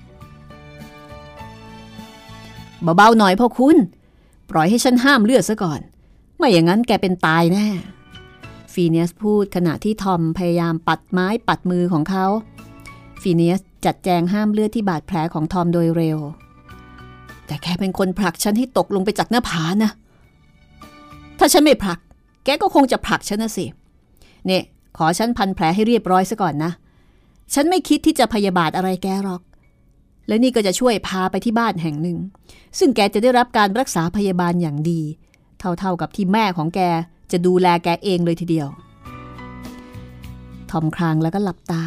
เบาๆหน่อยพ่อคุณปล่อยให้ฉันห้ามเลือดซะก่อนไม่อย่างนั้นแกเป็นตายแน่ฟีเนียสพูดขณะที่ทอมพยายามปัดไม้ปัดมือของเขาฟีเนียสจัดแจงห้ามเลือดที่บาดแผลของทอมโดยเร็วแต่แกเป็นคนผลักฉันให้ตกลงไปจากหน้าผานะถ้าฉันไม่ผลักแกก็คงจะผลักฉันนะสิเนี่ยขอฉันพันแผลให้เรียบร้อยซะก่อนนะฉันไม่คิดที่จะพยาบาทอะไรแกหรอกและนี่ก็จะช่วยพาไปที่บ้านแห่งหนึ่งซึ่งแกจะได้รับการรักษาพยาบาลอย่างดีเท่าๆกับที่แม่ของแกจะดูแลแกเองเลยทีเดียวทอมคลางแล้วก็หลับตา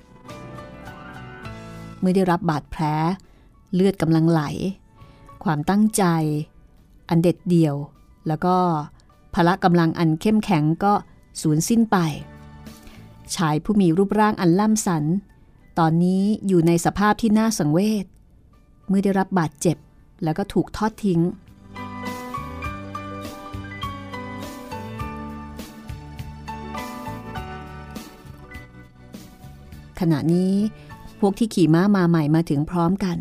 เมื่อได้รับบาดแผลเลือดกำลังไหลความตั้งใจอันเด็ดเดี่ยวแล้วก็พละกำลังอันเข้มแข็งก็สูญสิ้นไปชายผู้มีรูปร่างอันล่ำสันตอนนี้อยู่ในสภาพที่น่าสังเวชเมื่อได้รับบาดเจ็บแล้วก็ถูกทอดทิ้งขณะนี้พวกที่ขี่ม้ามาใหม่มาถึงพร้อมกัน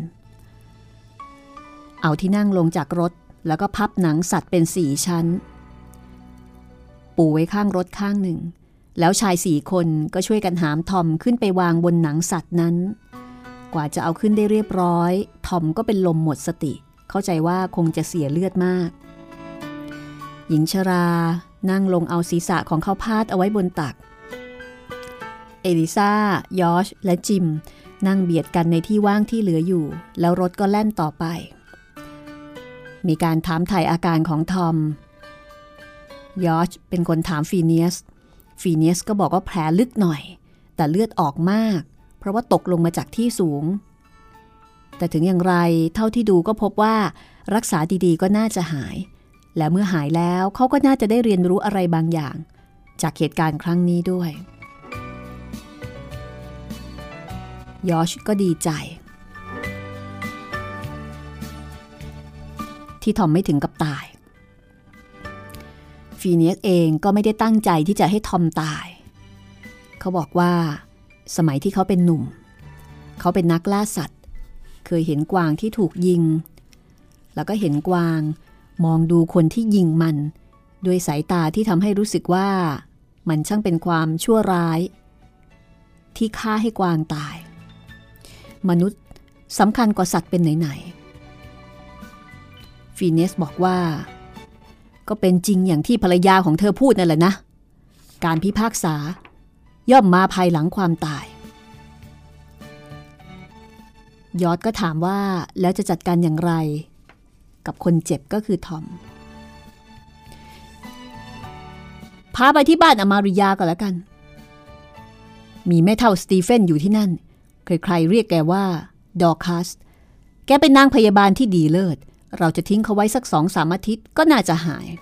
เอาที่นั่งลงจากรถแล้วก็พับหนังสัตว์เป็น4 ชั้นปูไว้ข้างรถข้างหนึ่งแล้วชาย4 คนก็ช่วยกันหามทอมขึ้นไปวางบนหนังสัตว์นั้นกว่าจะเอาขึ้นได้เรียบร้อยทอมก็เป็นลมหมดสติเข้าใจว่าคงจะเสียเลือดมากหญิงชรานั่งลงเอาศีรษะของเขาพาดเอาไว้บนตักเอลิซายอชและจิมนั่งเบียดกันในที่ว่างที่เหลืออยู่แล้วรถก็แล่นต่อไปมีการถามไถ่อาการของทอมยอชเป็นคนถามฟีเนียสก็บอกว่าแผลลึกหน่อยแต่เลือดออกมากเพราะว่าตกลงมาจากที่สูงแต่ถึงอย่างไรเท่าที่ดูก็พบว่ารักษาดีๆก็น่าจะหายและเมื่อหายแล้วเขาก็น่าจะได้เรียนรู้อะไรบางอย่างจากเหตุการณ์ครั้งนี้ด้วยยอชก็ดีใจที่ทอมไม่ถึงกับตายฟีเนียสเองก็ไม่ได้ตั้งใจที่จะให้ทอมตายเขาบอกว่าสมัยที่เขาเป็นหนุ่มเขาเป็นนักล่าสัตว์เคยเห็นกวางที่ถูกยิงแล้วก็เห็นกวางมองดูคนที่ยิงมันด้วยสายตาที่ทำให้รู้สึกว่ามันช่างเป็นความชั่วร้ายที่ฆ่าให้กวางตายมนุษย์สำคัญกว่าสัตว์เป็นไหนๆฟีเนียสบอกว่าก็เป็นจริงอย่างที่ภรรยาของเธอพูดนั่นแหละนะการพิพากษาย่อมมาภายหลังความตายยอดก็ถามว่าแล้วจะจัดการอย่างไรกับคนเจ็บก็คือทอมพาไปที่บ้านอมาริยาก็แล้วกันมีแม่เฒ่าสตีเฟนอยู่ที่นั่นใครๆเรียกแกว่าดอร์คัสแกเป็นนางพยาบาลที่ดีเลิศเราจะทิ้งเขาไว้สัก 2-3 อาทิตย์ก็น่าจะหาย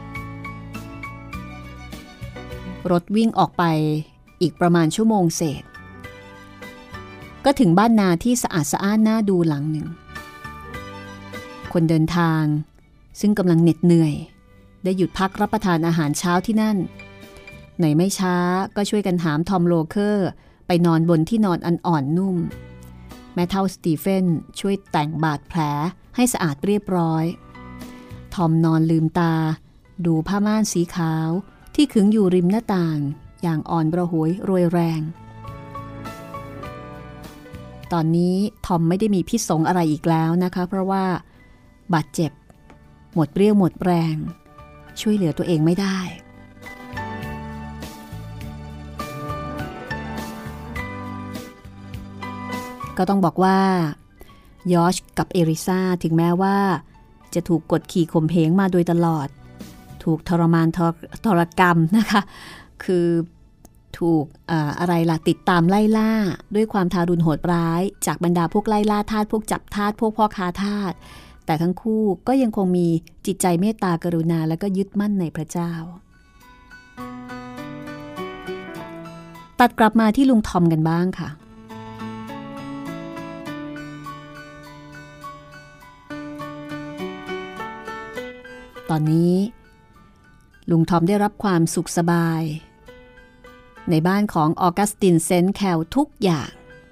รถวิ่งออกไปอีกประมาณชั่วโมงเศษก็ถึงบ้านนาที่สะอาดสะอ้านน่าดูหลังหนึ่งคนเดินทางซึ่งกำลังเหน็ดเหนื่อยได้หยุดพักรับประทานอาหารเช้าที่นั่นในไม่ช้าก็ช่วยกันหามทอมโลเคอร์ไปนอนบนที่นอนอันอ่อนนุ่มแม่เฒ่าสตีเฟนช่วยแต่งบาดแผลให้สะอาดเรียบร้อยทอมนอนลืมตาดูผ้าม่านสีขาวที่ขึงอยู่ริมหน้าต่างอย่างอ่อนระหวยโรยแรงตอนนี้ทอมไม่ได้มีพิษสงอะไรอีกแล้วนะคะเพราะว่าบาดเจ็บหมดเรี่ยวหมดแรงช่วยเหลือตัวเองไม่ได้ก็ต้องบอกว่ายอชกับเอริซาถึงแม้ว่าจะถูกกดขี่ข่มเหงมาโดยตลอดถูกทรมานทรกรรมนะคะคือถูกอะไรล่ะติดตามไล่ล่าด้วยความทารุณโหดร้ายจากบรรดาพวกไล่ล่าทาสพวกจับทาสพวกพ่อค้าทาสแต่ทั้งคู่ก็ยังคงมีจิตใจเมตตากรุณาและก็ยึดมั่นในพระเจ้าตัดกลับมาที่ลุงทอมกันบ้างค่ะตอนนี้ลุงทอมได้รับความสุขสบายในบ้านของออกัสตินเซนต์แคลทุกอย่าง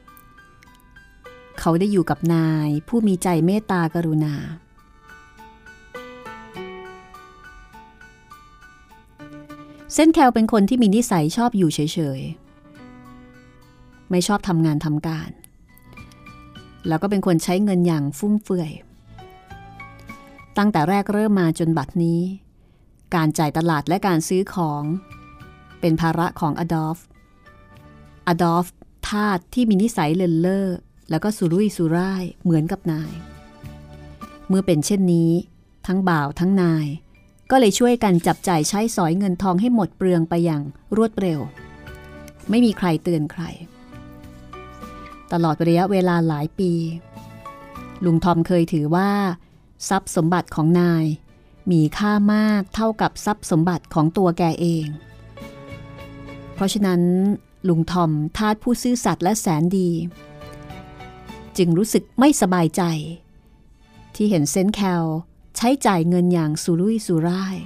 เขาได้อยู่กับนายผู้มีใจเมตตากรุณาเซนต์แคลเป็นคนที่มีนิสัยชอบอยู่เฉยๆไม่ชอบทำงานทำการแล้วก็เป็นคนใช้เงินอย่างฟุ่มเฟือยตั้งแต่แรกเริ่มมาจนบัดนี้การจ่ายตลาดและการซื้อของเป็นภาระของอดอล์ฟทาสที่มีนิสัยเลินเล่อแล้วก็สุรุ่ยสุร่ายเหมือนกับนายเมื่อเป็นเช่นนี้ทั้งบ่าวทั้งนายก็เลยช่วยกันจับจ่ายใช้สอยเงินทองให้หมดเปลืองไปอย่างรวดเร็วไม่มีใครเตือนใครตลอดระยะเวลาหลายปีลุงทอมเคยถือว่าทรัพย์สมบัติของนายมีค่ามากเท่ากับทรัพย์สมบัติของตัวแกเองเพราะฉะนั้นลุงทอมทาสผู้ซื่อสัตย์และแสนดีจึงรู้สึกไม่สบายใจที่เห็นเซนต์แคลใช้จ่ายเงินอย่างสุรุ่ยสุร่าย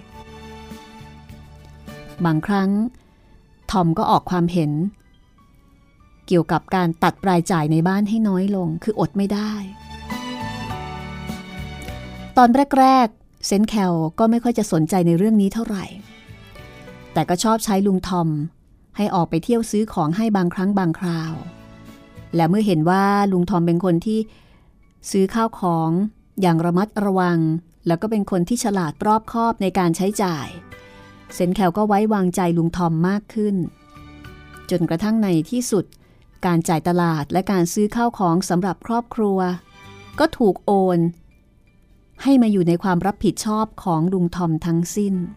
บางครั้งทอมก็ออกความเห็นเกี่ยวกับการตัดรายจ่ายในบ้านให้น้อยลงคืออดไม่ได้ตอนแรกๆเซนต์แคลก็ไม่ค่อยจะสนใจในเรื่องนี้เท่าไหร่แต่ก็ชอบใช้ลุงทอมให้ออกไปเที่ยวซื้อของให้บางครั้งบางคราวและเมื่อเห็นว่าลุงทอมเป็นคนที่ซื้อข้าวของอย่างระมัดระวังแล้วก็เป็นคนที่ฉลาดรอบคอบในการใช้จ่ายเซนต์แคลก็ไว้วางใจลุงทอมมากขึ้นจนกระทั่งในที่สุดการจ่ายตลาดและการซื้อข้าวของสำหรับครอบครัวก็ถูกโอนให้มาอยู่ในความรับผิดชอบของลุงทอมทั้งสิ้น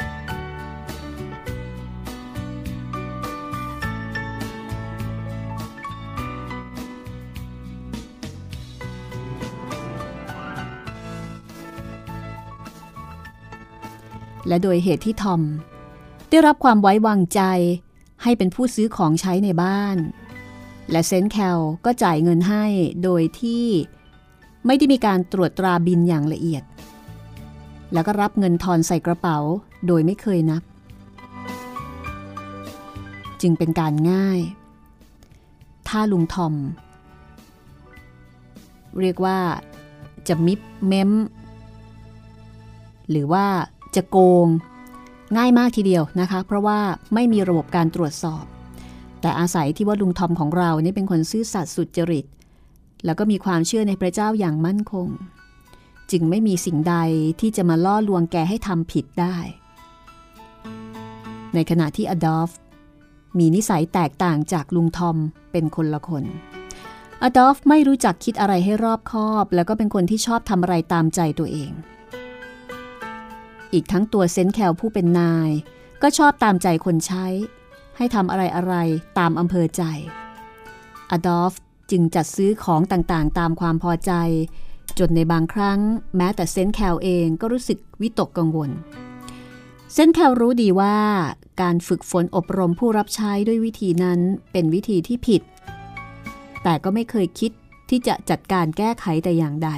และโดยเหตุที่ทอมได้รับความไว้วางใจให้เป็นผู้ซื้อของใช้ในบ้านและเซนต์แคลก็จ่ายเงินให้โดยที่ไม่ได้มีการตรวจตราบินอย่างละเอียดแล้วก็รับเงินทอนใส่กระเป๋าโดยไม่เคยนับจึงเป็นการง่ายถ้าลุงทอมเรียกว่าจะมิบเม้มหรือว่าจะโกงง่ายมากทีเดียวนะคะเพราะว่าไม่มีระบบการตรวจสอบแต่อาศัยที่ว่าลุงทอมของเรานี่เป็นคนซื่อสัตย์สุจริตแล้วก็มีความเชื่อในพระเจ้าอย่างมั่นคงจึงไม่มีสิ่งใดที่จะมาล่อลวงแกให้ทำผิดได้ในขณะที่อดอล์ฟมีนิสัยแตกต่างจากลุงทอมเป็นคนละคนอดอล์ฟไม่รู้จักคิดอะไรให้รอบคอบแล้วก็เป็นคนที่ชอบทำอะไรตามใจตัวเองอีกทั้งตัวเซนต์แคลผู้เป็นนายก็ชอบตามใจคนใช้ให้ทำอะไรตามอำเภอใจอดอล์ฟจึงจัดซื้อของต่างๆตามความพอใจจนในบางครั้งแม้แต่เซนต์แคลเองก็รู้สึกวิตกกังวลเซนต์แคลรู้ดีว่าการฝึกฝนอบรมผู้รับใช้ด้วยวิธีนั้นเป็นวิธีที่ผิดแต่ก็ไม่เคยคิดที่จะจัดการแก้ไขแต่อย่างใด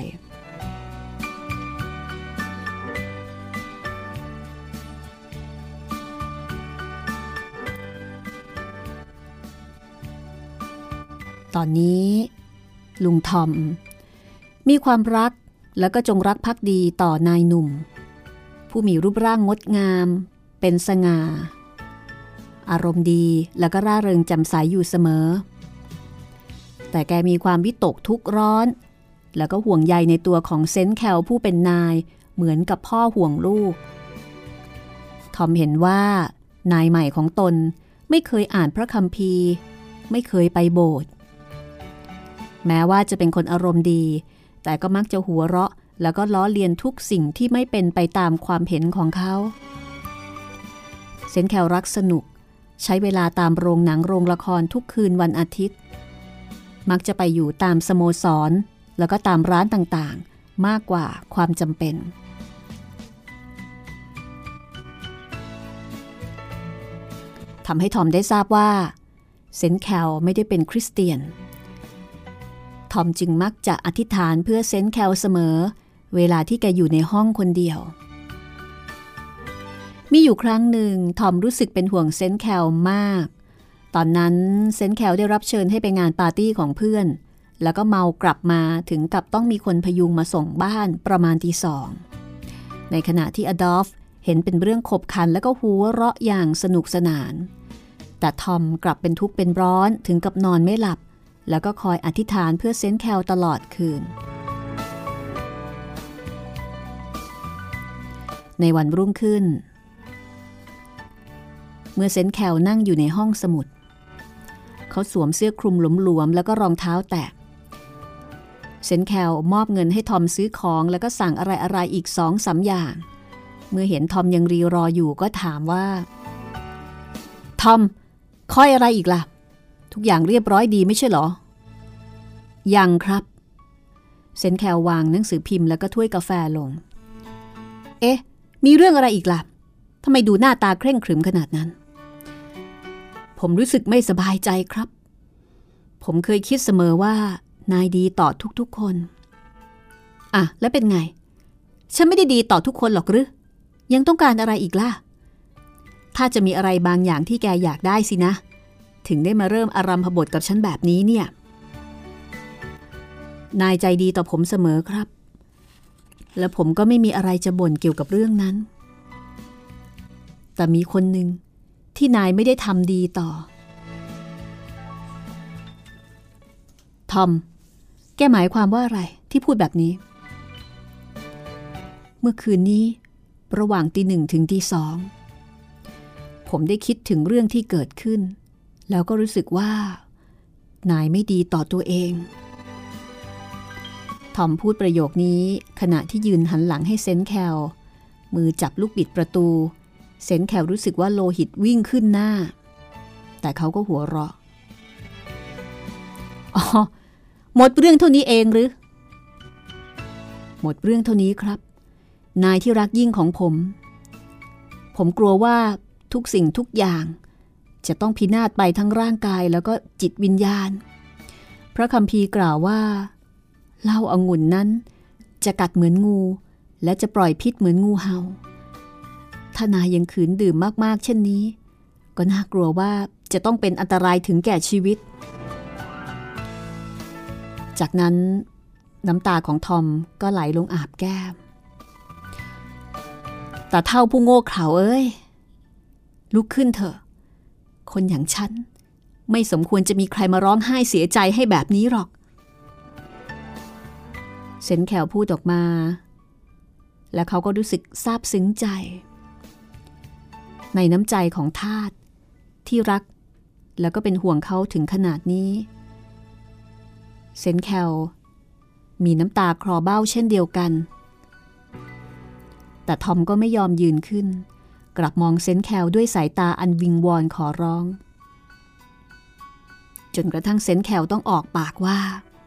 ตอนนี้ลุงทอมมีความรักและก็จงรักภักดีต่อนายหนุ่มผู้มีรูปร่างงดงามเป็นสง่าอารมณ์ดีและก็ร่าเริงแจ่มใสอยู่เสมอแต่แกมีความวิตกทุกข์ร้อนแล้วก็ห่วงใยในตัวของเซนต์แคลผู้เป็นนายเหมือนกับพ่อห่วงลูกทอมเห็นว่านายใหม่ของตนไม่เคยอ่านพระคัมภีร์ไม่เคยไปโบสถ์แม้ว่าจะเป็นคนอารมณ์ดีแต่ก็มักจะหัวเราะแล้วก็ล้อเลียนทุกสิ่งที่ไม่เป็นไปตามความเห็นของเขาเซนแคลรักสนุกใช้เวลาตามโรงหนังโรงละครทุกคืนวันอาทิตย์มักจะไปอยู่ตามสโมสรแล้วก็ตามร้านต่างๆมากกว่าความจำเป็นทำให้ทอมได้ทราบว่าเซนแคลไม่ได้เป็นคริสเตียนทอมจึงมักจะอธิษฐานเพื่อเซนแคลเสมอเวลาที่แกอยู่ในห้องคนเดียวมีอยู่ครั้งหนึ่งทอมรู้สึกเป็นห่วงเซนแคลมากตอนนั้นเซนแคลได้รับเชิญให้ไปงานปาร์ตี้ของเพื่อนแล้วก็เมากลับมาถึงกับต้องมีคนพยุงมาส่งบ้านประมาณตี 2ในขณะที่อดอล์ฟเห็นเป็นเรื่องขบขันแล้วก็หัวเราะอย่างสนุกสนานแต่ทอมกลับเป็นทุกข์เป็นร้อนถึงกับนอนไม่หลับแล้วก็คอยอธิษฐานเพื่อเซนแคลตลอดคืนในวันรุ่งขึ้นเมื่อเซนแคลนั่งอยู่ในห้องสมุดเขาสวมเสื้อคลุมหลวมๆแล้วก็รองเท้าแตะเซนแคลมอบเงินให้ทอมซื้อของแล้วก็สั่งอะไรๆอีก 2-3 อย่างเมื่อเห็นทอมยังรีรออยู่ก็ถามว่าทอมค่อยอะไรอีกล่ะทุกอย่างเรียบร้อยดีไม่ใช่หรอยังครับเซนแคลวางหนังสือพิมพ์แล้วก็ถ้วยกาแฟลงเอ๊ะมีเรื่องอะไรอีกล่ะทำไมดูหน้าตาเคร่งขรึมขนาดนั้นผมรู้สึกไม่สบายใจครับผมเคยคิดเสมอว่านายดีต่อทุกๆคนอ่ะแล้วเป็นไงฉันไม่ได้ดีต่อทุกคนหรอกหรือยังต้องการอะไรอีกล่ะถ้าจะมีอะไรบางอย่างที่แกอยากได้สินะถึงได้มาเริ่มอารัมพบทกับฉันแบบนี้เนี่ยนายใจดีต่อผมเสมอครับและผมก็ไม่มีอะไรจะบ่นเกี่ยวกับเรื่องนั้นแต่มีคนหนึ่งที่นายไม่ได้ทำดีต่อทอมแกหมายความว่าอะไรที่พูดแบบนี้เมื่อคืนนี้ระหว่างตี 1 ถึงตี 2ผมได้คิดถึงเรื่องที่เกิดขึ้นแล้วก็รู้สึกว่านายไม่ดีต่อตัวเองทอมพูดประโยคนี้ขณะที่ยืนหันหลังให้เซนแคลมือจับลูกบิดประตูเซนแคลรู้สึกว่าโลหิตวิ่งขึ้นหน้าแต่เขาก็หัวเราะอ๋อหมดเรื่องเท่านี้เองหรือหมดเรื่องเท่านี้ครับนายที่รักยิ่งของผมกลัวว่าทุกสิ่งทุกอย่างจะต้องพินาศไปทั้งร่างกายแล้วก็จิตวิญญาณพระคัมภีร์กล่าวว่าเหล้าองุ่นนั้นจะกัดเหมือนงูและจะปล่อยพิษเหมือนงูเห่าถ้านายยังขืนดื่มมากๆเช่นนี้ก็น่ากลัวว่าจะต้องเป็นอันตรายถึงแก่ชีวิตจากนั้นน้ำตาของทอมก็ไหลลงอาบแก้มแต่เท่าผู้โง่เขลาเอ้ยลุกขึ้นเถอะคนอย่างฉันไม่สมควรจะมีใครมาร้องไห้เสียใจให้แบบนี้หรอกเซนแคลพูดออกมาและเขาก็รู้สึกซาบซึ้งใจในน้ำใจของทาสที่รักแล้วก็เป็นห่วงเขาถึงขนาดนี้เซนแคลมีน้ำตาคลอเบ้าเช่นเดียวกันแต่ทอมก็ไม่ยอมยืนขึ้นกลับมองเซนแคลด้วยสายตาอันวิงวอนขอร้องจนกระทั่งเซนแคลต้องออกปากว่า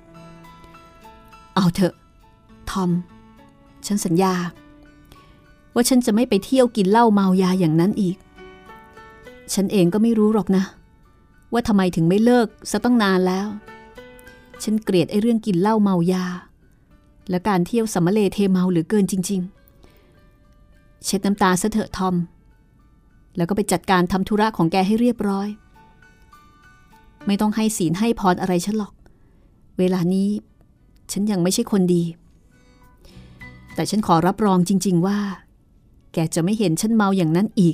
เอาเถอะทอมฉันสัญญาว่าฉันจะไม่ไปเที่ยวกินเหล้าเมายาอย่างนั้นอีกฉันเองก็ไม่รู้หรอกนะว่าทำไมถึงไม่เลิกซะตั้งนานแล้วฉันเกลียดไอ้เรื่องกินเหล้าเมายาและการเที่ยวสำมะเลเทเมาเหลือเกินจริงๆเช็ดน้ำตาซะเถอะทอมแล้วก็ไปจัดการทำธุระของแกให้เรียบร้อยไม่ต้องให้ศีลให้พรอะไรฉันหรอกเวลานี้ฉันยังไม่ใช่คนดีแต่ฉันขอรับรองจริงๆว่าแกจะไม่เห็นฉันเมาอย่างนั้นอีก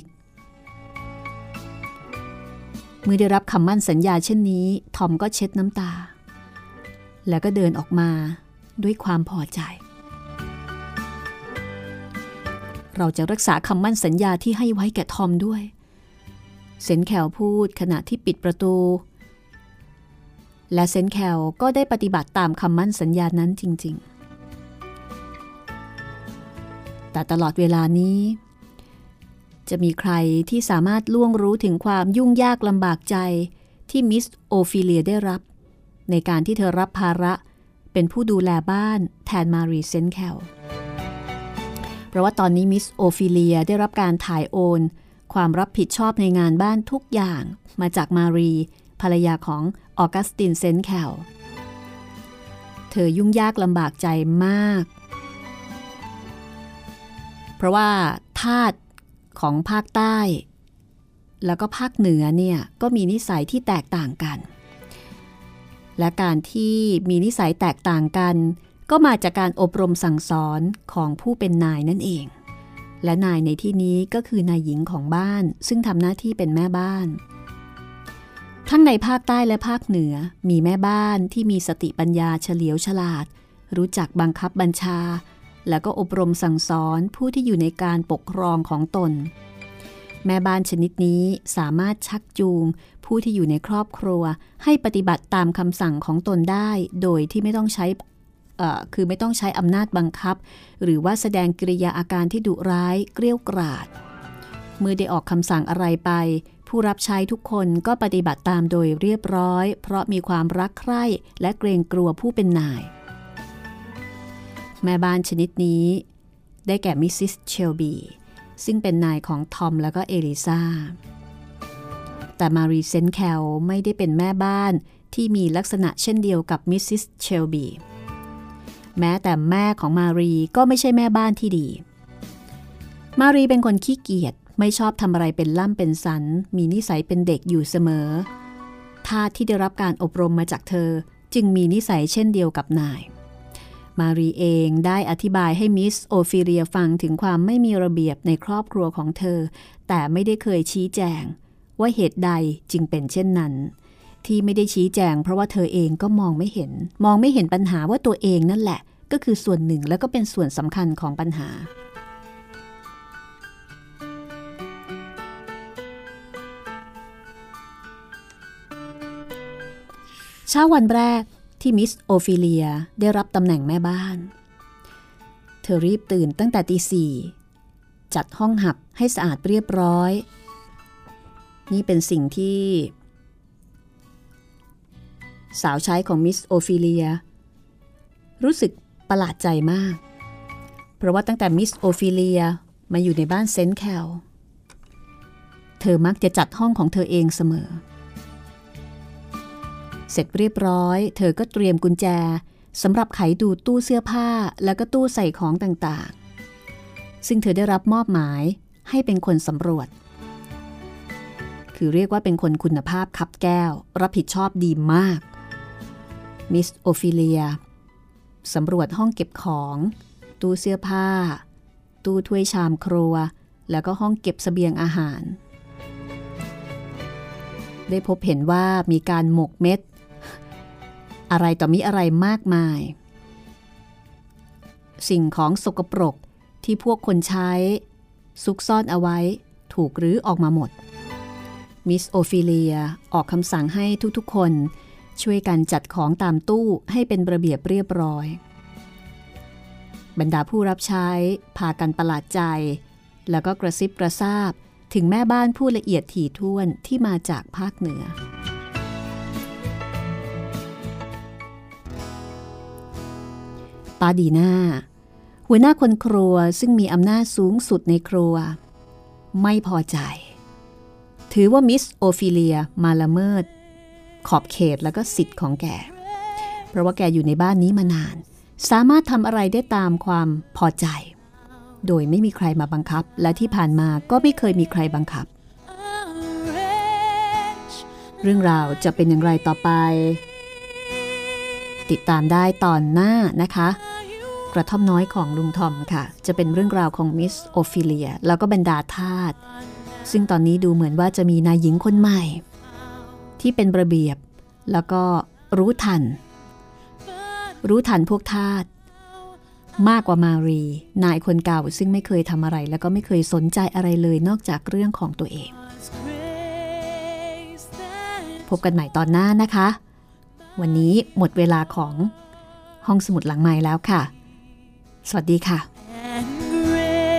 เมื่อได้รับคำมั่นสัญญาเช่นนี้ทอมก็เช็ดน้ำตาแล้วก็เดินออกมาด้วยความพอใจเราจะรักษาคำมั่นสัญญาที่ให้ไว้แก่ทอมด้วยเซนแคลพูดขณะที่ปิดประตูและเซนแคลก็ได้ปฏิบัติตามคำมั่นสัญญานั้นจริงๆแต่ตลอดเวลานี้จะมีใครที่สามารถล่วงรู้ถึงความยุ่งยากลำบากใจที่มิสโอฟิเลียได้รับในการที่เธอรับภาระเป็นผู้ดูแลบ้านแทนมารีเซนแคลเพราะว่าตอนนี้มิสโอฟิเลียได้รับการถ่ายโอนความรับผิดชอบในงานบ้านทุกอย่างมาจากมารีภรรยาของออกัสตินเซนแคลเธอยุ่งยากลำบากใจมากเพราะว่าทาสของภาคใต้แล้วก็ภาคเหนือเนี่ยก็มีนิสัยที่แตกต่างกันและการที่มีนิสัยแตกต่างกันก็มาจากการอบรมสั่งสอนของผู้เป็นนายนั่นเองและนายในที่นี้ก็คือนายหญิงของบ้านซึ่งทำหน้าที่เป็นแม่บ้านทั้งในภาคใต้และภาคเหนือมีแม่บ้านที่มีสติปัญญาเฉลียวฉลาดรู้จักบังคับบัญชาแล้วก็อบรมสั่งสอนผู้ที่อยู่ในการปกครองของตนแม่บ้านชนิดนี้สามารถชักจูงผู้ที่อยู่ในครอบครัวให้ปฏิบัติตามคำสั่งของตนได้โดยที่ไม่ต้องใช้ไม่ต้องใช้อำนาจบังคับหรือว่าแสดงกิริยาอาการที่ดุร้ายเกรี้ยวกราดเมื่อได้ออกคำสั่งอะไรไปผู้รับใช้ทุกคนก็ปฏิบัติตามโดยเรียบร้อยเพราะมีความรักใคร่และเกรงกลัวผู้เป็นนายแม่บ้านชนิดนี้ได้แก่มิสซิสเชลบีซึ่งเป็นนายของทอมแล้วก็เอลิซาแต่มารีเซนแคลไม่ได้เป็นแม่บ้านที่มีลักษณะเช่นเดียวกับมิสซิสเชลบีแม้แต่แม่ของมารีก็ไม่ใช่แม่บ้านที่ดีมารีเป็นคนขี้เกียจไม่ชอบทำอะไรเป็นล่ำเป็นสันมีนิสัยเป็นเด็กอยู่เสมอทาสที่ได้รับการอบรมมาจากเธอจึงมีนิสัยเช่นเดียวกับนายมารีเองได้อธิบายให้มิสโอฟิเลียฟังถึงความไม่มีระเบียบในครอบครัวของเธอแต่ไม่ได้เคยชี้แจงว่าเหตุใดจึงเป็นเช่นนั้นที่ไม่ได้ชี้แจงเพราะว่าเธอเองก็มองไม่เห็นปัญหาว่าตัวเองนั่นแหละก็คือส่วนหนึ่งแล้วก็เป็นส่วนสำคัญของปัญหาเช้าวันแรกที่มิสโอฟิเลียได้รับตำแหน่งแม่บ้านเธอรีบตื่นตั้งแต่ตี 4จัดห้องหับให้สะอาดเรียบร้อยนี่เป็นสิ่งที่สาวใช้ของมิสโอฟิเลียรู้สึกประหลาดใจมากเพราะว่าตั้งแต่มิสโอฟิเลียมาอยู่ในบ้านเซนต์แคลเธอมักจะจัดห้องของเธอเองเสมอเสร็จเรียบร้อยเธอก็เตรียมกุญแจสำหรับไขดูตู้เสื้อผ้าแล้วก็ตู้ใส่ของต่างๆซึ่งเธอได้รับมอบหมายให้เป็นคนสำรวจคือเรียกว่าเป็นคนคุณภาพคับแก้วรับผิดชอบดีมากมิสโอฟิเลียสำรวจห้องเก็บของตู้เสื้อผ้าตู้ถ้วยชามครัวแล้วก็ห้องเก็บเสบียงอาหารได้พบเห็นว่ามีการหมกเม็ดอะไรต่อมีอะไรมากมายสิ่งของสกปรกที่พวกคนใช้ซุกซ่อนเอาไว้ถูกรื้อออกมาหมดมิสโอฟิเลียออกคำสั่งให้ทุกๆคนช่วยกันจัดของตามตู้ให้เป็นระเบียบเรียบร้อยบรรดาผู้รับใช้พากันประหลาดใจแล้วก็กระซิบกระซาบถึงแม่บ้านผู้ละเอียดถี่ถ้วนที่มาจากภาคเหนือปาดีน่าหัวหน้าคนครัวซึ่งมีอำนาจสูงสุดในครัวไม่พอใจถือว่ามิสโอฟิเลียมาละเมิดขอบเขตแล้วก็สิทธิ์ของแกเพราะว่าแกอยู่ในบ้านนี้มานานสามารถทำอะไรได้ตามความพอใจโดยไม่มีใครมาบังคับและที่ผ่านมาก็ไม่เคยมีใครบังคับเรื่องราวจะเป็นอย่างไรต่อไปติดตามได้ตอนหน้านะคะกระท่อมน้อยของลุงทอมค่ะจะเป็นเรื่องราวของมิสโอฟิเลียแล้วก็บรรดาทาสซึ่งตอนนี้ดูเหมือนว่าจะมีนายหญิงคนใหม่ที่เป็นระเบียบแล้วก็รู้ทันพวกทาสมากกว่ามารีนายคนเก่าซึ่งไม่เคยทำอะไรแล้วก็ไม่เคยสนใจอะไรเลยนอกจากเรื่องของตัวเองพบกันใหม่ตอนหน้านะคะวันนี้หมดเวลาของห้องสมุดหลังไมค์แล้วค่ะสวัสดีค่ะ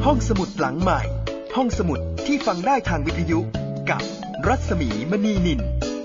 ห้องสมุดหลังใหม่ห้องสมุดที่ฟังได้ทางวิทยุกับรัศมีมณีนิน